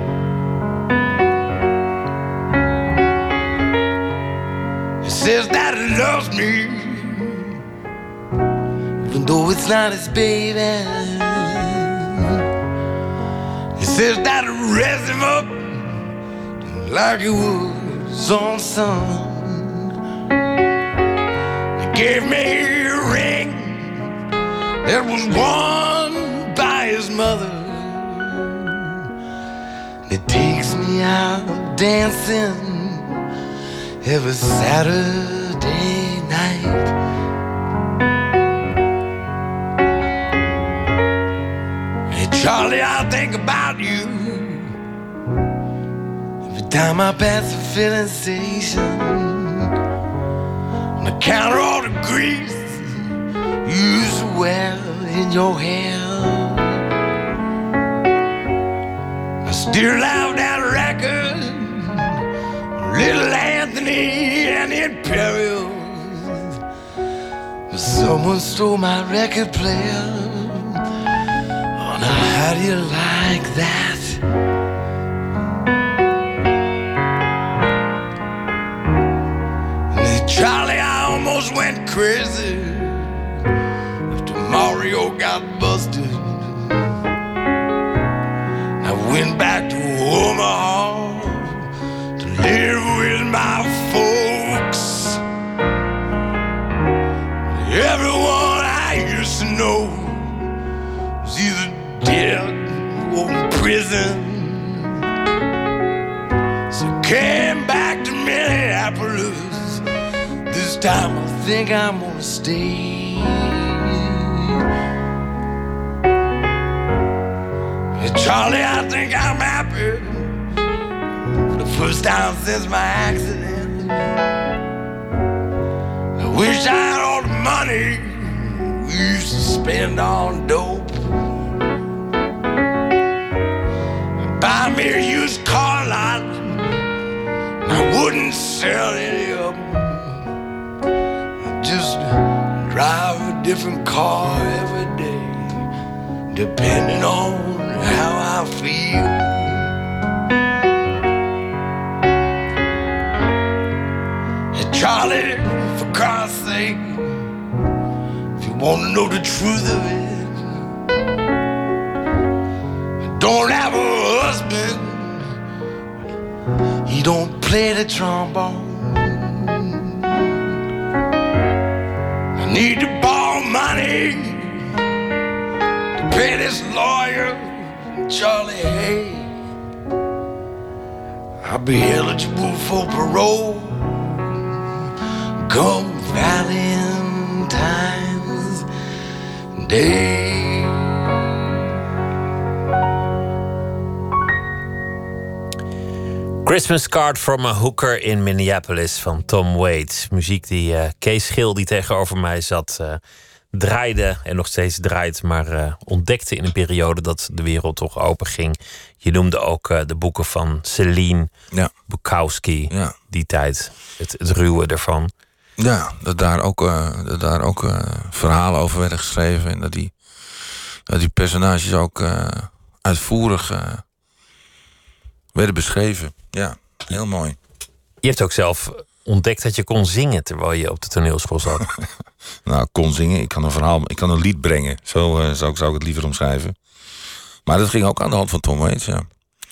He says that he loves me, even though it's not his baby. He says that raised him up like he was on sun. He gave me a ring that was worn by his mother. It takes me out dancing every Saturday night. Hey Charlie, I think about you every time I pass the filling station. On account of all the grease you used to wear in your hair, I still love that record, Little Anthony and the Imperials. But someone stole my record player. Oh, now how do you like that? And then, Charlie, I almost went crazy after Mario got busted. I went back to Omaha to live with my folks. Everyone I used to know was either dead or in prison. So I came back to Minneapolis. This time I think I'm gonna stay. Charlie, I think I'm happy for the first time since my accident. I wish I had all the money we used to spend on dope. Buy me a used car lot, I wouldn't sell any of them. I'd just drive a different car every day, depending on how I feel. Hey Charlie, for Christ's sake, if you want to know the truth of it, I don't have a husband, he don't play the trombone. I need to borrow money to pay this lawyer, Charlie, hey, I'll be eligible for parole come Valentine's Day. Christmas Card from a Hooker in Minneapolis van Tom Waits. Muziek die Kees Schil, die tegenover mij zat, draaide en nog steeds draait, maar ontdekte in een periode dat de wereld toch open ging. Je noemde ook de boeken van Celine, Bukowski, die tijd, het ruwe ervan. Ja, dat daar ook verhalen over werden geschreven en dat die personages ook uitvoerig werden beschreven. Ja, heel mooi. Je hebt ook zelf ontdekt dat je kon zingen terwijl je op de toneelschool zat. Nou, kon zingen. Ik kan een lied brengen. Zo zou ik het liever omschrijven. Maar dat ging ook aan de hand van Tom Waits, ja.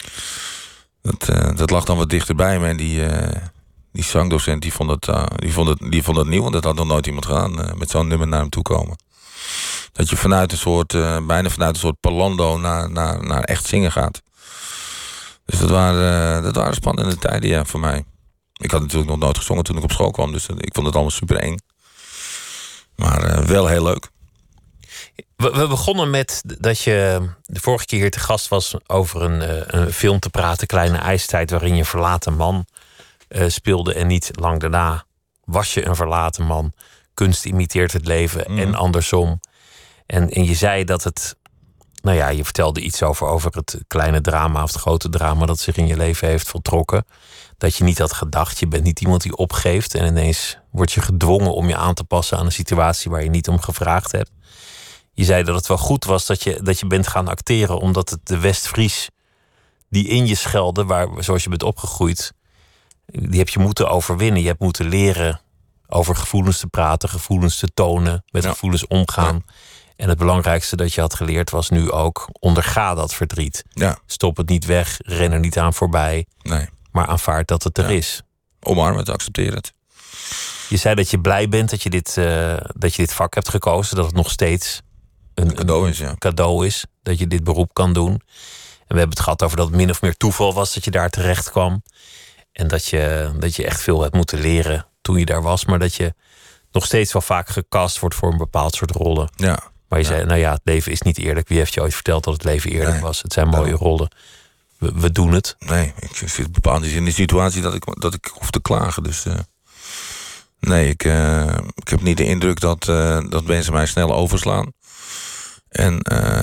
Dat lag dan wat dichterbij me. En die zangdocent die vond het nieuw. Want dat had nog nooit iemand gedaan. Met zo'n nummer naar hem toe komen. Dat je bijna vanuit een soort parlando naar echt zingen gaat. Dus dat waren spannende tijden, ja, voor mij. Ik had natuurlijk nog nooit gezongen toen ik op school kwam. Dus ik vond het allemaal super eng. Maar wel heel leuk. We begonnen met dat je de vorige keer hier te gast was over een film te praten, Kleine IJstijd, waarin je een verlaten man speelde. En niet lang daarna was je een verlaten man. Kunst imiteert het leven en andersom. En je zei dat het... Nou ja, je vertelde iets over het kleine drama of het grote drama dat zich in je leven heeft voltrokken. Dat je niet had gedacht. Je bent niet iemand die opgeeft en ineens word je gedwongen om je aan te passen aan een situatie waar je niet om gevraagd hebt. Je zei dat het wel goed was dat je bent gaan acteren, omdat het de West-Fries die in je schelde, zoals je bent opgegroeid, die heb je moeten overwinnen. Je hebt moeten leren over gevoelens te praten, gevoelens te tonen, met gevoelens omgaan. Ja. En het belangrijkste dat je had geleerd was nu ook: onderga dat verdriet. Ja. Stop het niet weg, ren er niet aan voorbij. Nee. Maar aanvaard dat het er is. Omarm het, accepteer het. Je zei dat je blij bent dat je dit vak hebt gekozen. Dat het nog steeds een cadeau is. Dat je dit beroep kan doen. En we hebben het gehad over dat het min of meer toeval was dat je daar terecht kwam. En dat je echt veel hebt moeten leren toen je daar was. Maar dat je nog steeds wel vaak gecast wordt voor een bepaald soort rollen. Ja. Maar je zei, nou ja, het leven is niet eerlijk. Wie heeft je ooit verteld dat het leven eerlijk was? Het zijn mooie rollen. We doen het. Nee, ik zit bepaald in de situatie dat ik hoef te klagen. Dus nee, ik heb niet de indruk dat mensen mij snel overslaan. En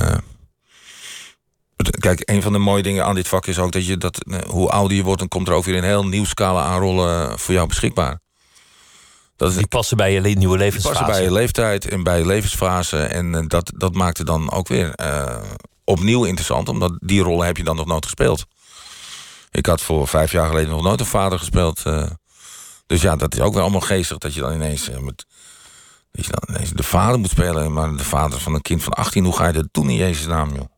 kijk, een van de mooie dingen aan dit vak is ook dat hoe ouder je wordt, dan komt er ook weer een heel nieuw scala aan rollen voor jou beschikbaar. Die passen bij je nieuwe levensfase. Die passen bij je leeftijd en bij je levensfase. En dat maakt het dan ook weer opnieuw interessant. Omdat die rollen heb je dan nog nooit gespeeld. Ik had voor 5 jaar geleden nog nooit een vader gespeeld. Dus ja, dat is ook wel allemaal geestig. Dat je dan ineens de vader moet spelen. Maar de vader van een kind van 18, hoe ga je dat doen in Jezus' naam, joh?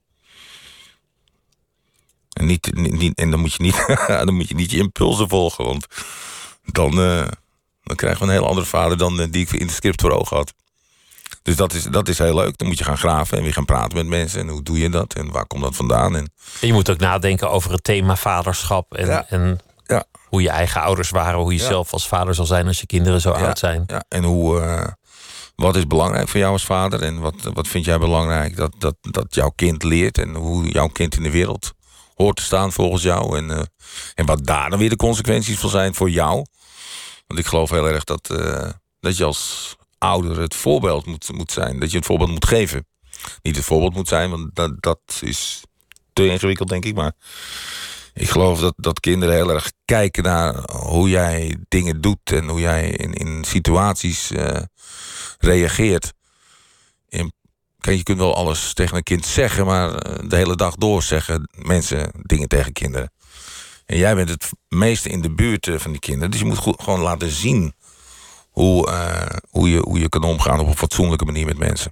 En dan moet je niet je impulsen volgen. Want dan krijgen we een heel andere vader dan die ik in het script voor ogen had. Dus dat is heel leuk. Dan moet je gaan graven en weer gaan praten met mensen. En hoe doe je dat? En waar komt dat vandaan? En je moet ook nadenken over het thema vaderschap. En hoe je eigen ouders waren. Hoe je zelf als vader zal zijn als je kinderen zo oud zijn. Ja. En wat is belangrijk voor jou als vader? En wat vind jij belangrijk dat jouw kind leert? En hoe jouw kind in de wereld hoort te staan volgens jou? En wat daar dan weer de consequenties van zijn voor jou? Want ik geloof heel erg dat je als ouder het voorbeeld moet zijn. Dat je het voorbeeld moet geven. Niet het voorbeeld moet zijn, want dat is te ingewikkeld, denk ik. Maar ik geloof dat kinderen heel erg kijken naar hoe jij dingen doet. En hoe jij in situaties reageert. Kijk, je kunt wel alles tegen een kind zeggen, maar de hele dag door zeggen mensen dingen tegen kinderen. En jij bent het meeste in de buurt van die kinderen. Dus je moet gewoon laten zien hoe je kan omgaan op een fatsoenlijke manier met mensen.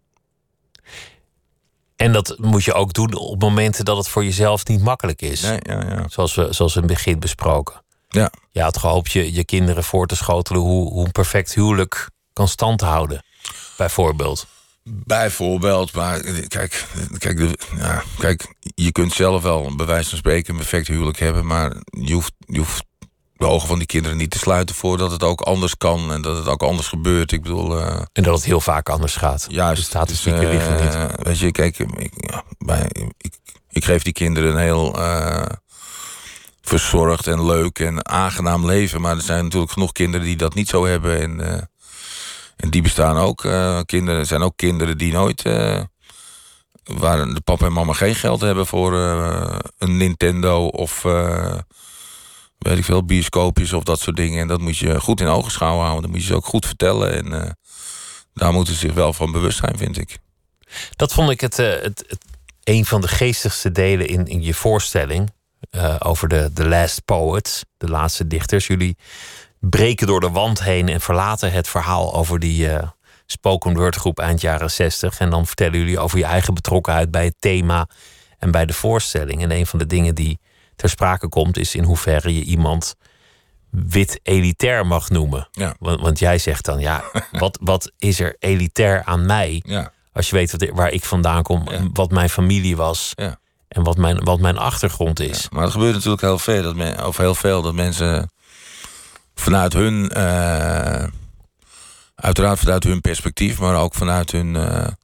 En dat moet je ook doen op momenten dat het voor jezelf niet makkelijk is. Nee, ja. Zoals we in het begin besproken. Ja. Je had gehoopt je kinderen voor te schotelen hoe een perfect huwelijk kan standhouden. Bijvoorbeeld. Maar kijk, je kunt zelf wel bij wijze van spreken een perfect huwelijk hebben, maar je hoeft de ogen van die kinderen niet te sluiten voordat het ook anders kan en dat het ook anders gebeurt. Ik bedoel, en dat het heel vaak anders gaat. Juist. De statistieken liggen niet. Weet je, kijk, ik geef die kinderen een heel verzorgd en leuk en aangenaam leven, maar er zijn natuurlijk genoeg kinderen die dat niet zo hebben en die bestaan ook. Er zijn ook kinderen die nooit waar de papa en mama geen geld hebben voor een Nintendo of weet ik veel, bioscoopjes of dat soort dingen. En dat moet je goed in ogenschouw houden. Dat moet je ze ook goed vertellen. En daar moeten ze zich wel van bewust zijn, vind ik. Dat vond ik een van de geestigste delen in je voorstelling. Over de Last Poets, de laatste dichters. Jullie breken door de wand heen en verlaten het verhaal over die spoken word groep eind jaren 60. En dan vertellen jullie over je eigen betrokkenheid bij het thema en bij de voorstelling. En een van de dingen die ter sprake komt is in hoeverre je iemand wit elitair mag noemen. Ja. Want jij zegt dan, ja, wat is er elitair aan mij? Ja. Als je weet waar ik vandaan kom, wat mijn familie was en wat mijn achtergrond is. Ja, maar er gebeurt natuurlijk heel veel dat mensen vanuit hun, uiteraard vanuit hun perspectief, maar ook vanuit hun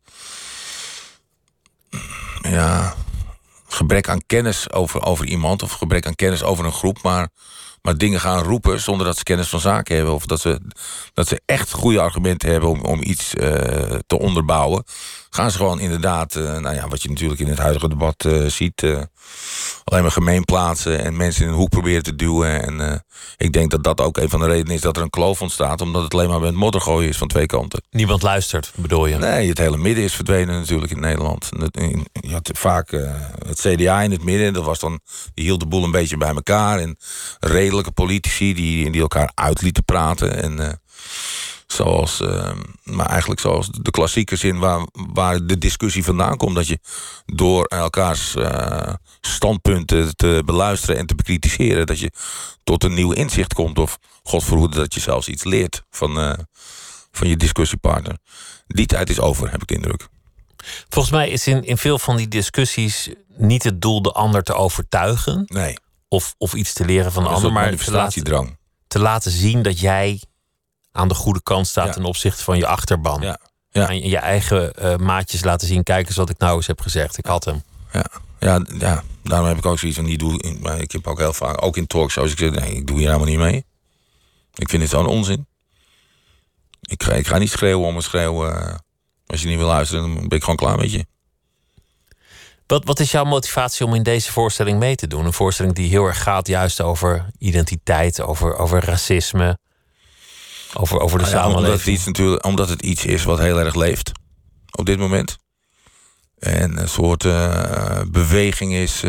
gebrek aan kennis over iemand of gebrek aan kennis over een groep, maar dingen gaan roepen zonder dat ze kennis van zaken hebben of dat ze echt goede argumenten hebben om iets te onderbouwen. Gaan ze gewoon inderdaad, wat je natuurlijk in het huidige debat ziet, alleen maar gemeen plaatsen en mensen in een hoek proberen te duwen. En ik denk dat dat ook een van de redenen is dat er een kloof ontstaat, omdat het alleen maar met modder gooien is van twee kanten. Niemand luistert, bedoel je? Nee, het hele midden is verdwenen natuurlijk in Nederland. Je had vaak het CDA in het midden, die hield de boel een beetje bij elkaar. En redelijke politici die elkaar uit lieten praten. En Maar eigenlijk zoals de klassieke zin waar de discussie vandaan komt. Dat je door elkaars standpunten te beluisteren en te bekritiseren, dat je tot een nieuw inzicht komt. Of God verhoede dat je zelfs iets leert van je discussiepartner. Die tijd is over, heb ik de indruk. Volgens mij is in veel van die discussies niet het doel de ander te overtuigen. Nee. Of iets te leren van de ander, maar te laten zien dat jij aan de goede kant staat ten opzichte van je achterban. Ja. Ja. En je eigen maatjes laten zien. Kijk eens wat ik nou eens heb gezegd. Ik had hem. Ja, daarom heb ik ook zoiets van niet doen. Maar ik heb ook heel vaak, ook in talkshows, ik zeg nee, ik doe hier helemaal niet mee. Ik vind het zo'n onzin. Ik ga niet schreeuwen om het schreeuwen. Als je niet wil luisteren, dan ben ik gewoon klaar met je. Wat is jouw motivatie om in deze voorstelling mee te doen? Een voorstelling die heel erg gaat juist over identiteit, over racisme, over de samenleving. Omdat het iets is wat heel erg leeft op dit moment. En een soort beweging is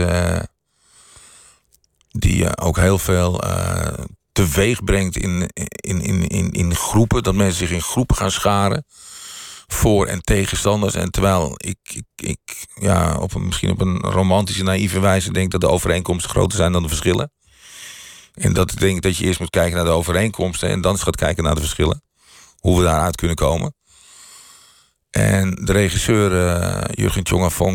die ook heel veel teweeg brengt in groepen. Dat mensen zich in groepen gaan scharen. Voor- en tegenstanders. En terwijl ik misschien op een romantische, naïeve wijze denk dat de overeenkomsten groter zijn dan de verschillen. En dat ik denk dat je eerst moet kijken naar de overeenkomsten en dan eens gaat kijken naar de verschillen. Hoe we daaruit kunnen komen. En de regisseur Jurgen Tjongafong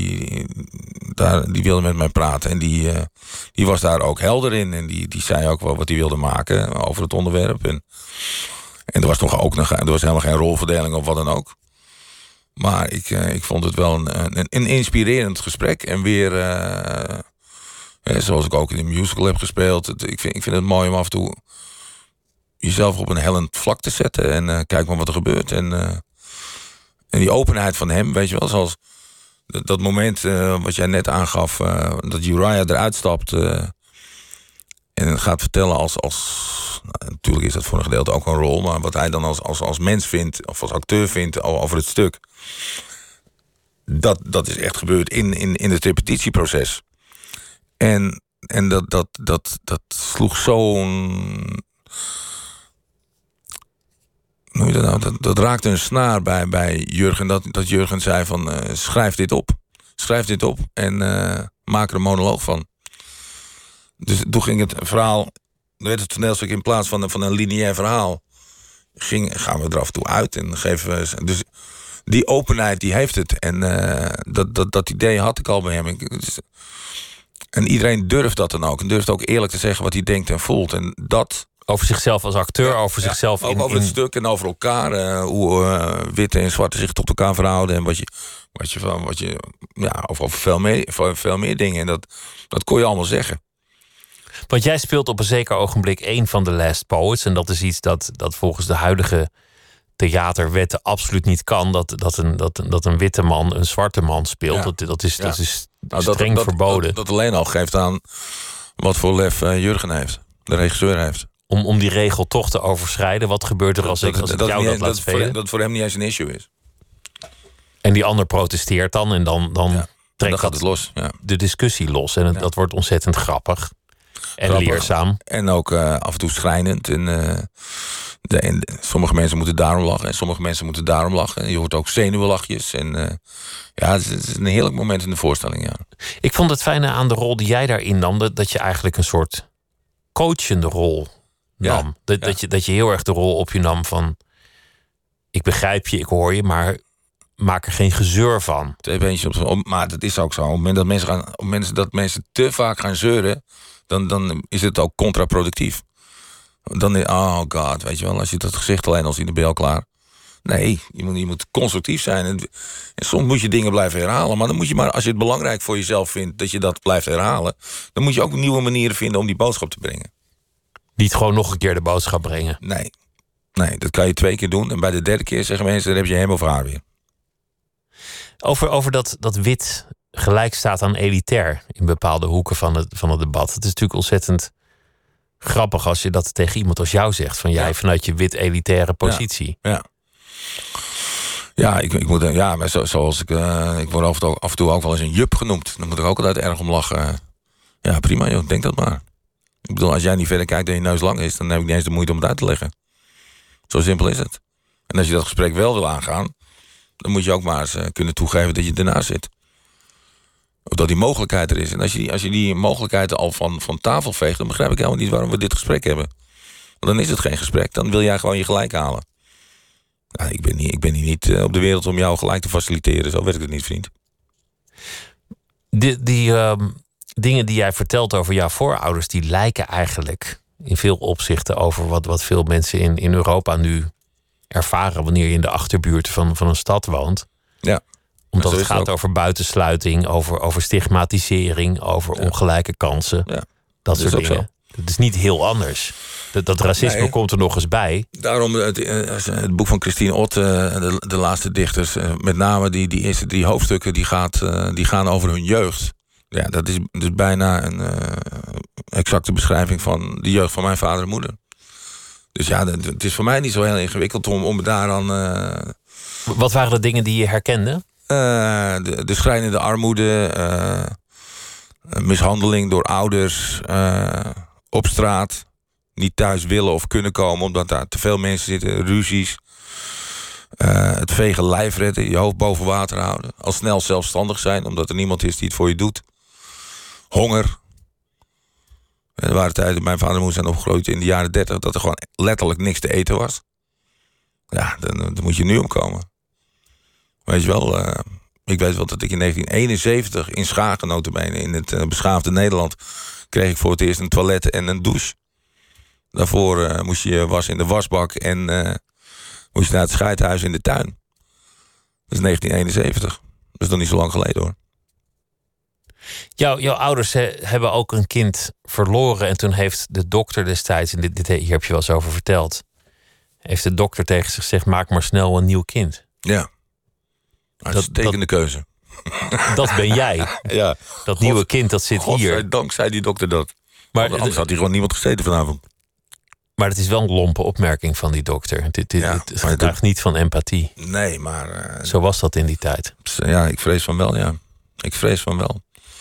die wilde met mij praten. En die was daar ook helder in. En die zei ook wel wat hij wilde maken over het onderwerp. En er was er was helemaal geen rolverdeling of wat dan ook. Maar ik vond het wel een inspirerend gesprek. En weer, zoals ik ook in de musical heb gespeeld. Ik vind het mooi om af en toe jezelf op een hellend vlak te zetten. En kijk maar wat er gebeurt. En die openheid van hem, weet je wel. Zoals dat moment wat jij net aangaf. Dat Uriah eruit stapt. En gaat vertellen natuurlijk is dat voor een gedeelte ook een rol. Maar wat hij dan als mens vindt, of als acteur vindt over het stuk. Dat is echt gebeurd in het repetitieproces. En dat sloeg zo'n... Hoe je dat nou? Dat raakte een snaar bij Jurgen. Dat Jurgen zei van schrijf dit op. Schrijf dit op en maak er een monoloog van. Dus toen ging het verhaal... werd het toneelstuk in plaats van een lineair verhaal... gaan we er af en toe uit en geven we... Dus die openheid, die heeft het. En dat idee had ik al bij hem. En iedereen durft dat dan ook. En durft ook eerlijk te zeggen wat hij denkt en voelt. En dat... Over zichzelf als acteur, over zichzelf ook over het stuk en over elkaar. Hoe witte en zwarte zich tot elkaar verhouden. En over veel meer dingen. En dat kon je allemaal zeggen. Want jij speelt op een zeker ogenblik één van de Last Poets. En dat is iets dat volgens de huidige theaterwetten absoluut niet kan. Dat een witte man een zwarte man speelt. Ja. Dat is streng verboden. Dat alleen al geeft aan wat voor lef Jurgen heeft. De regisseur heeft. Om die regel toch te overschrijden. Wat gebeurt er als ik jou dat laat spelen? Dat voor hem niet eens een issue is. En die ander protesteert dan. En dan trekt gaat het los. Ja. De discussie los. En dat wordt ontzettend grappig. En leerzaam. En ook af en toe schrijnend. En sommige mensen moeten daarom lachen. En sommige mensen moeten daarom lachen. En je hoort ook zenuwlachjes. En het is een heerlijk moment in de voorstelling. Ja. Ik vond het fijne aan de rol die jij daarin nam... dat je eigenlijk een soort coachende rol nam. Dat je heel erg de rol op je nam van... ik begrijp je, ik hoor je, maar maak er geen gezeur van. Maar dat is ook zo. Op het moment dat mensen te vaak gaan zeuren... Dan is het ook contraproductief. Dan oh god, weet je wel, als je dat gezicht alleen al ziet, dan ben je al klaar. Nee, je moet constructief zijn. En soms moet je dingen blijven herhalen. Maar dan moet je als je het belangrijk voor jezelf vindt dat je dat blijft herhalen, dan moet je ook nieuwe manieren vinden om die boodschap te brengen. Niet gewoon nog een keer de boodschap brengen. Nee, dat kan je 2 keer doen. En bij de 3e keer zeggen mensen, dan heb je hem of haar weer. Over dat wit gelijk staat aan elitair in bepaalde hoeken van het debat. Het is natuurlijk ontzettend grappig als je dat tegen iemand als jou zegt. Van jij vanuit je wit-elitaire positie. Ja, ik moet... Ja, maar zoals ik word af en toe ook wel eens een jup genoemd. Dan moet ik ook altijd erg om lachen. Ja, prima joh, denk dat maar. Ik bedoel, als jij niet verder kijkt dat je neus lang is... dan heb ik niet eens de moeite om het uit te leggen. Zo simpel is het. En als je dat gesprek wel wil aangaan, dan moet je ook maar eens kunnen toegeven dat je ernaast zit. Of dat die mogelijkheid er is. En als je die mogelijkheid al van tafel veegt, dan begrijp ik helemaal niet waarom we dit gesprek hebben. Want dan is het geen gesprek. Dan wil jij gewoon je gelijk halen. Nou, ik ben hier niet op de wereld om jou gelijk te faciliteren. Zo werkt het niet, vriend. Die dingen die jij vertelt over jouw voorouders, die lijken eigenlijk in veel opzichten over wat veel mensen in Europa nu ervaren wanneer je in de achterbuurt van een stad woont. Ja. Omdat het gaat over buitensluiting, over stigmatisering, over ongelijke kansen. Ja, dat soort dingen. Dat is niet heel anders. Dat racisme komt er nog eens bij. Daarom het boek van Christine Ott, de laatste dichters, met name die eerste 3 hoofdstukken, die gaan over hun jeugd. Ja, dat is dus bijna een exacte beschrijving van de jeugd van mijn vader en moeder. Dus ja, het is voor mij niet zo heel ingewikkeld om daaraan... Wat waren de dingen die je herkende? De schrijnende armoede, mishandeling door ouders, op straat, niet thuis willen of kunnen komen omdat daar te veel mensen zitten, ruzies, het vege lijf redden, je hoofd boven water houden, al snel zelfstandig zijn omdat er niemand is die het voor je doet, honger. Er waren tijden, mijn vader en moeder zijn opgegroeid in de jaren 30, dat er gewoon letterlijk niks te eten was. Ja, dan moet je nu omkomen. Weet je wel, ik weet wel dat ik in 1971 in Schagen, nota bene, in het beschaafde Nederland, kreeg ik voor het eerst een toilet en een douche. Daarvoor moest je wassen in de wasbak en moest je naar het scheidhuis in de tuin. Dat is 1971. Dat is nog niet zo lang geleden, hoor. Jouw ouders hebben ook een kind verloren en toen heeft de dokter destijds, en hier heb je wel eens over verteld, heeft de dokter tegen zich gezegd, maak maar snel een nieuw kind. Ja. Uitstekende keuze. Dat ben jij. Ja. Dat nieuwe kind, dat zit hier. Godzijdank zei die dokter dat. Maar anders had hij gewoon niemand gezeten vanavond. Maar het is wel een lompe opmerking van die dokter. Het getuigt niet van empathie. Nee, maar... Zo was dat in die tijd. Ja, ik vrees van wel, ja. Ik vrees van wel.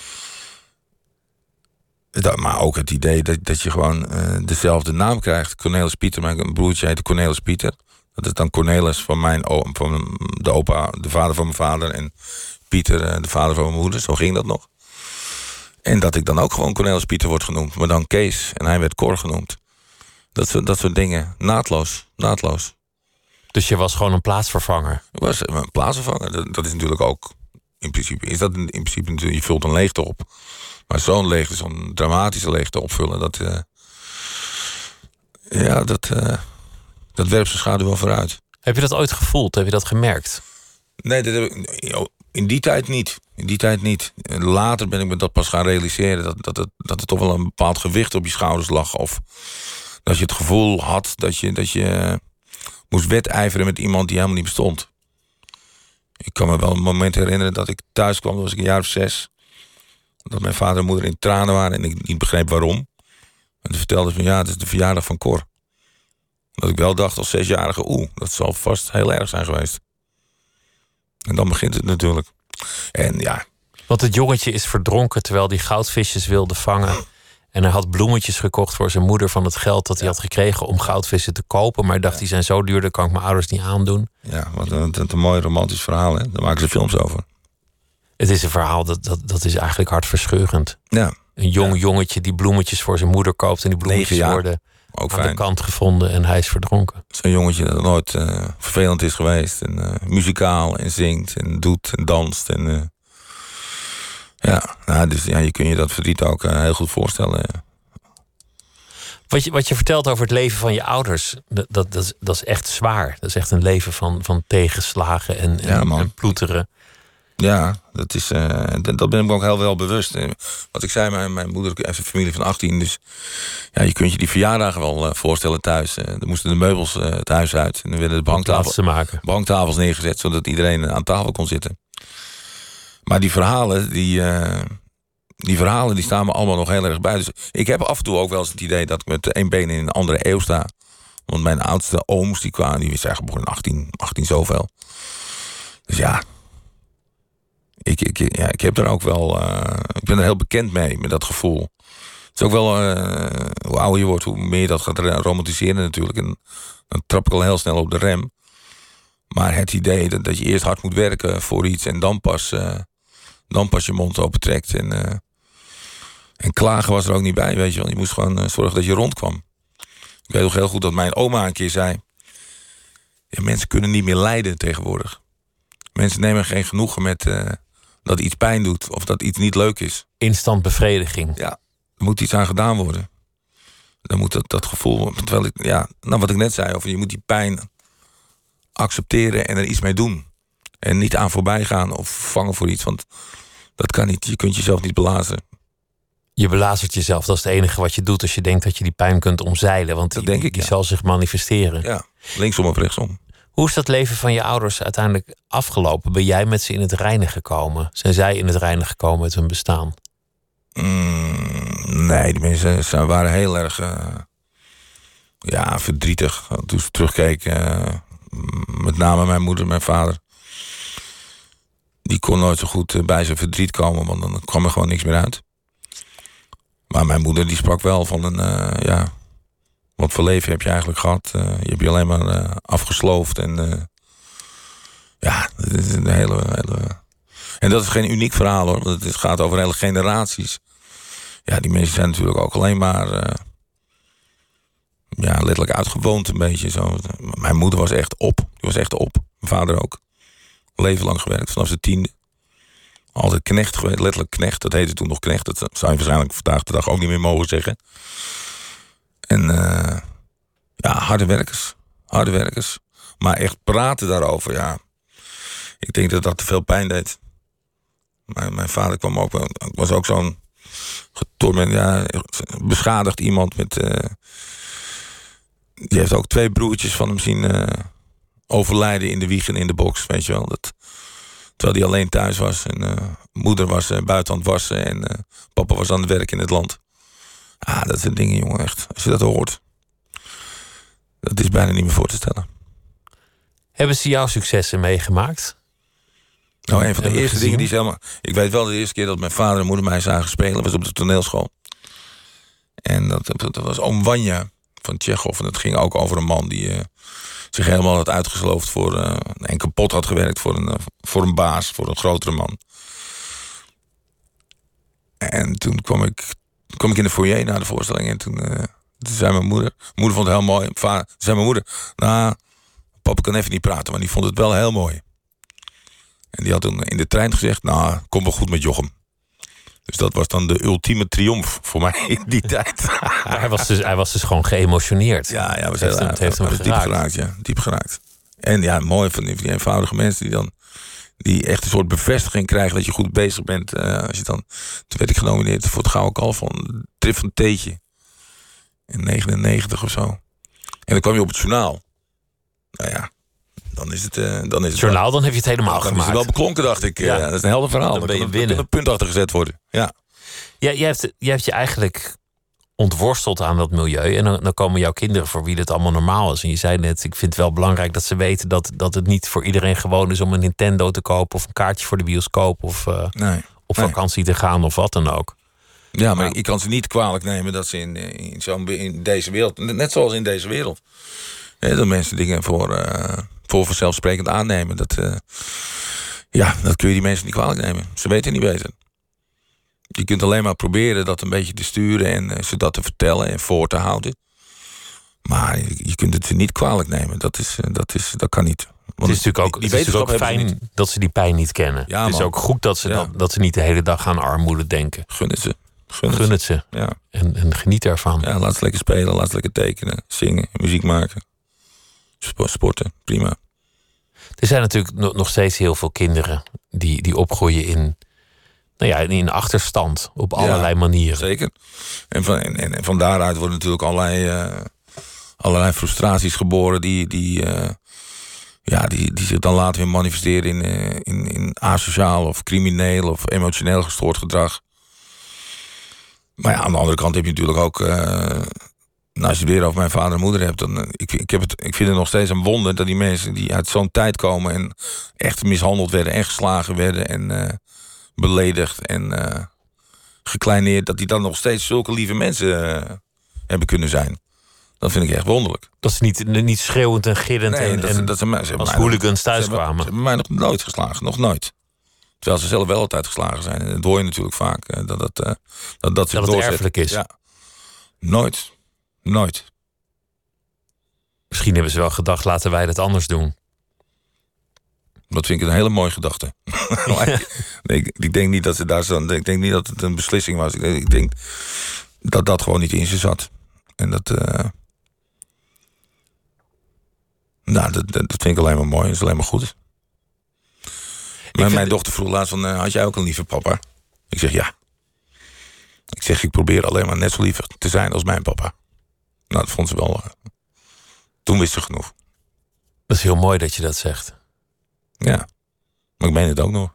Maar ook het idee dat je gewoon dezelfde naam krijgt. Cornelis Pieter, mijn broertje heette Cornelis Pieter. Dat is dan Cornelis van de opa, de vader van mijn vader. En Pieter, de vader van mijn moeder. Zo ging dat nog. En dat ik dan ook gewoon Cornelis Pieter word genoemd. Maar dan Kees. En hij werd Cor genoemd. Dat soort dingen. Naadloos. Dus je was gewoon een plaatsvervanger? Ik was een plaatsvervanger. Dat is natuurlijk ook... In principe natuurlijk, je vult een leegte op. Maar zo'n leegte, zo'n dramatische leegte opvullen... Dat werpt zijn schaduw wel vooruit. Heb je dat ooit gevoeld? Heb je dat gemerkt? Nee, dat heb ik, in die tijd niet. Later ben ik me dat pas gaan realiseren. Dat er toch wel een bepaald gewicht op je schouders lag. Of dat je het gevoel had dat je moest wedijveren met iemand die helemaal niet bestond. Ik kan me wel een moment herinneren dat ik thuis kwam. Dat was ik een jaar of 6. Dat mijn vader en moeder in tranen waren. En ik niet begreep waarom. En toen vertelde ze me, ja, het is de verjaardag van Cor. Dat ik wel dacht als 6-jarige, dat zal vast heel erg zijn geweest. En dan begint het natuurlijk. En ja. Want het jongetje is verdronken terwijl hij goudvisjes wilde vangen. En hij had bloemetjes gekocht voor zijn moeder van het geld dat hij had gekregen om goudvissen te kopen. Maar hij dacht, die zijn zo duur, dat kan ik mijn ouders niet aandoen. Ja, wat een mooi romantisch verhaal, hè? Daar maken ze films over. Het is een verhaal dat is eigenlijk hartverscheurend. Ja. Een jong jongetje die bloemetjes voor zijn moeder koopt. En die bloemetjes worden ook aan fijn. de kant gevonden en hij is verdronken. Zo'n jongetje dat nooit vervelend is geweest. En muzikaal en zingt en doet en danst. En, dus je kun je dat verdriet ook heel goed voorstellen. Ja. Wat je vertelt over het leven van je ouders, dat is echt zwaar. Dat is echt een leven van tegenslagen en ploeteren. Ja, dat ben ik me ook heel wel bewust. Wat ik zei, mijn moeder heeft een familie van 18. Dus ja, je kunt je die verjaardagen wel voorstellen thuis. Er moesten de meubels het huis uit. En er werden de banktafels neergezet, zodat iedereen aan tafel kon zitten. Maar die verhalen, die staan me allemaal nog heel erg bij. Dus ik heb af en toe ook wel eens het idee dat ik met één been in een andere eeuw sta. Want mijn oudste ooms, die zijn geboren in 18 zoveel. Dus ja... Ik heb er ook wel... ik ben er heel bekend mee, met dat gevoel. is ook wel, hoe ouder je wordt, hoe meer je dat gaat romantiseren natuurlijk. En dan trap ik al heel snel op de rem. Maar het idee dat je eerst hard moet werken voor iets en dan pas je mond opentrekt. En klagen was er ook niet bij, weet je wel. Je moest gewoon zorgen dat je rondkwam. Ik weet nog heel goed dat mijn oma een keer zei... Ja, mensen kunnen niet meer lijden tegenwoordig. Mensen nemen geen genoegen met dat iets pijn doet of dat iets niet leuk is. Instant bevrediging. Ja, er moet iets aan gedaan worden. Dan moet dat gevoel... Terwijl wat ik net zei over je moet die pijn accepteren en er iets mee doen. En niet aan voorbij gaan of vervangen voor iets. Want dat kan niet. Je kunt jezelf niet belazeren. Je belazert jezelf. Dat is het enige wat je doet als je denkt dat je die pijn kunt omzeilen. Want die zal zich manifesteren. Ja, linksom of rechtsom. Hoe is dat leven van je ouders uiteindelijk afgelopen? Ben jij met ze in het reine gekomen? Zijn zij in het reine gekomen met hun bestaan? Nee, die mensen waren heel erg verdrietig. Toen ze terugkeken, met name mijn moeder en mijn vader. Die kon nooit zo goed bij zijn verdriet komen, want dan kwam er gewoon niks meer uit. Maar mijn moeder die sprak wel van wat voor leven heb je eigenlijk gehad? Je hebt je alleen maar afgesloofd. En dat is een hele... En dat is geen uniek verhaal hoor, want het gaat over hele generaties. Ja, die mensen zijn natuurlijk ook alleen maar... letterlijk uitgewoond een beetje. Zo. Mijn moeder was echt op. Die was echt op. Mijn vader ook. Leven lang gewerkt, vanaf zijn 10e. Altijd knecht geweest, letterlijk knecht. Dat heette toen nog knecht. Dat zou je waarschijnlijk vandaag de dag ook niet meer mogen zeggen. En harde werkers. Harde werkers. Maar echt praten daarover, ja. Ik denk dat dat te veel pijn deed. Mijn vader kwam ook... was ook zo'n beschadigd iemand met... die heeft ook 2 broertjes van hem zien overlijden in de wieg en in de box, weet je wel. Terwijl hij alleen thuis was. En moeder was buiten aan het wassen. En papa was aan het werk in het land. Dat zijn dingen, jongen, echt. Als je dat hoort. Dat is bijna niet meer voor te stellen. Hebben ze jouw successen meegemaakt? Nou, een van de eerste dingen die ze helemaal... Ik weet wel de eerste keer dat mijn vader en moeder mij zagen spelen... was op de toneelschool. En dat was Oom Wanja van Tsjechov. En dat ging ook over een man die... zich helemaal had uitgesloofd voor... en kapot had gewerkt voor een baas, voor een grotere man. En toen kwam ik in de foyer na de voorstelling. En toen zei mijn moeder... Moeder vond het heel mooi. Toen zei mijn moeder... papa kan even niet praten, maar die vond het wel heel mooi. En die had toen in de trein gezegd... kom wel goed met Jochem. Dus dat was dan de ultieme triomf voor mij in die tijd. Hij was dus gewoon geëmotioneerd. Ja, het heeft hem geraakt. Diep geraakt. En ja, mooi van die eenvoudige mensen die echt een soort bevestiging krijgen dat je goed bezig bent. Toen werd ik genomineerd voor het Gouden Kalf van Trip van Teetje. In 99 of zo. En dan kwam je op het journaal. Nou ja, dan is het journaal, dan heb je het helemaal gemaakt. Dan is het wel beklonken, dacht ik. Ja. Dat is een helder verhaal. Dan ben je binnen. Er kan een punt achter gezet worden. Ja. Jij hebt je eigenlijk ontworsteld aan dat milieu. En dan komen jouw kinderen voor wie het allemaal normaal is. En je zei net, ik vind het wel belangrijk dat ze weten... dat het niet voor iedereen gewoon is om een Nintendo te kopen... of een kaartje voor de bioscoop of op vakantie te gaan of wat dan ook. Ja, maar ik kan ze niet kwalijk nemen dat ze in deze wereld... net zoals in deze wereld... dat mensen dingen voor vanzelfsprekend aannemen. Dat kun je die mensen niet kwalijk nemen. Ze weten niet beter. Je kunt alleen maar proberen dat een beetje te sturen... en ze dat te vertellen en voor te houden. Maar je kunt het ze niet kwalijk nemen. Dat kan niet. Want het is natuurlijk ook fijn dat ze die pijn niet kennen. Ja, het is ook goed dat ze niet de hele dag aan armoede denken. Gun het ze. Ja. En geniet ervan. Ja, laat ze lekker spelen, laat ze lekker tekenen, zingen, muziek maken. Sporten, prima. Er zijn natuurlijk nog steeds heel veel kinderen die opgroeien in achterstand op allerlei manieren. Zeker. En van daaruit worden natuurlijk allerlei frustraties geboren die zich dan later weer manifesteren in asociaal of crimineel of emotioneel gestoord gedrag. Maar ja, aan de andere kant heb je natuurlijk ook... als je het weer over mijn vader en moeder hebt... dan ik vind het nog steeds een wonder dat die mensen die uit zo'n tijd komen... en echt mishandeld werden en geslagen werden... en beledigd en gekleineerd, dat die dan nog steeds zulke lieve mensen hebben kunnen zijn. Dat vind ik echt wonderlijk. Dat ze niet schreeuwend en gillend als hooligans thuis kwamen. Ze hebben mij nog nooit geslagen, nog nooit. Terwijl ze zelf wel altijd geslagen zijn. En dat hoor je natuurlijk vaak, dat het erfelijk is. Ja. Nooit. Misschien hebben ze wel gedacht, laten wij dat anders doen. Dat vind ik een hele mooie gedachte. Ik denk niet dat ze daar zo. Ik denk niet dat het een beslissing was. Ik denk dat gewoon niet in ze zat. En dat vind ik alleen maar mooi. Dat is alleen maar goed. Maar mijn dochter vroeg laatst van, had jij ook een lieve papa? Ik zeg ja. Ik zeg, ik probeer alleen maar net zo lief te zijn als mijn papa. Nou, dat vond ze wel. Toen wist ze genoeg. Dat is heel mooi dat je dat zegt. Ja, maar ik meen het ook nog.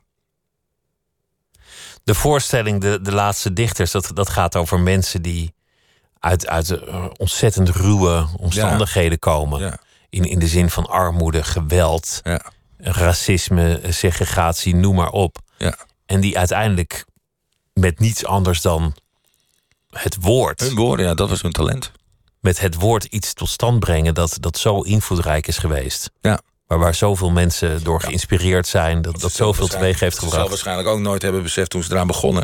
De voorstelling, de laatste dichters, dat gaat over mensen die uit ontzettend ruwe omstandigheden komen. Ja. In de zin van armoede, geweld, racisme, segregatie, noem maar op. Ja. En die uiteindelijk met niets anders dan het woord. Hun woorden, ja, dat was hun talent. Met het woord iets tot stand brengen dat zo invloedrijk is geweest. Ja. Maar waar zoveel mensen door geïnspireerd zijn, dat zoveel teweeg heeft gebracht. Ze zal waarschijnlijk ook nooit hebben beseft toen ze eraan begonnen.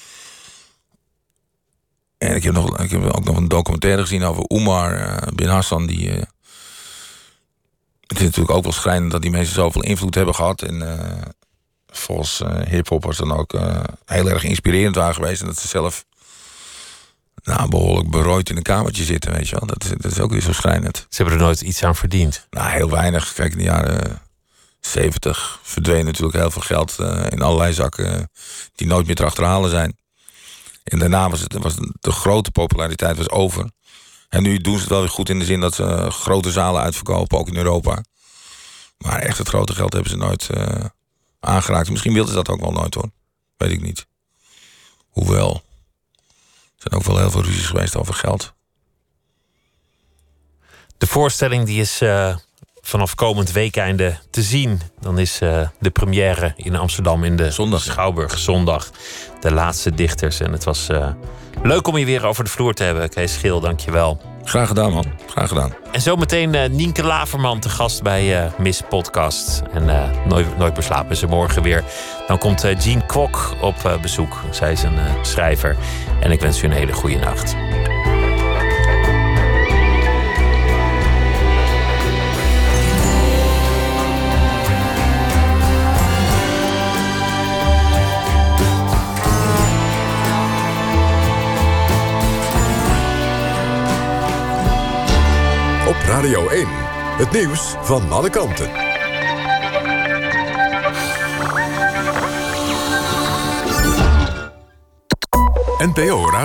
En ik heb ook nog een documentaire gezien over Umar bin Hassan. Het is natuurlijk ook wel schrijnend dat die mensen zoveel invloed hebben gehad. En volgens hiphoppers dan ook heel erg inspirerend waren geweest. En dat ze zelf behoorlijk berooid in een kamertje zitten, weet je wel. Dat is ook weer zo schrijnend. Ze hebben er nooit iets aan verdiend. Nou, heel weinig. Kijk, in de jaren 70 verdween natuurlijk heel veel geld in allerlei zakken die nooit meer te achterhalen zijn. En daarna was de grote populariteit was over. En nu doen ze het wel weer goed in de zin dat ze grote zalen uitverkopen, ook in Europa. Maar echt het grote geld hebben ze nooit aangeraakt. Misschien wilden ze dat ook wel nooit, hoor. Weet ik niet. Hoewel, er zijn ook wel heel veel ruzies geweest over geld. De voorstelling die is vanaf komend weekeinde te zien. Dan is de première in Amsterdam in de Schouwburg zondag. De laatste dichters. En het was leuk om je weer over de vloer te hebben. Kees Scheel, dank je wel. Graag gedaan, man. Graag gedaan. En zometeen Nienke Laverman te gast bij Miss Podcast. En Nooit meer slapen ze morgen weer. Dan komt Jean Kwok op bezoek. Zij is een schrijver. En ik wens u een hele goede nacht. Op Radio 1, het nieuws van alle kanten. NPO Radio.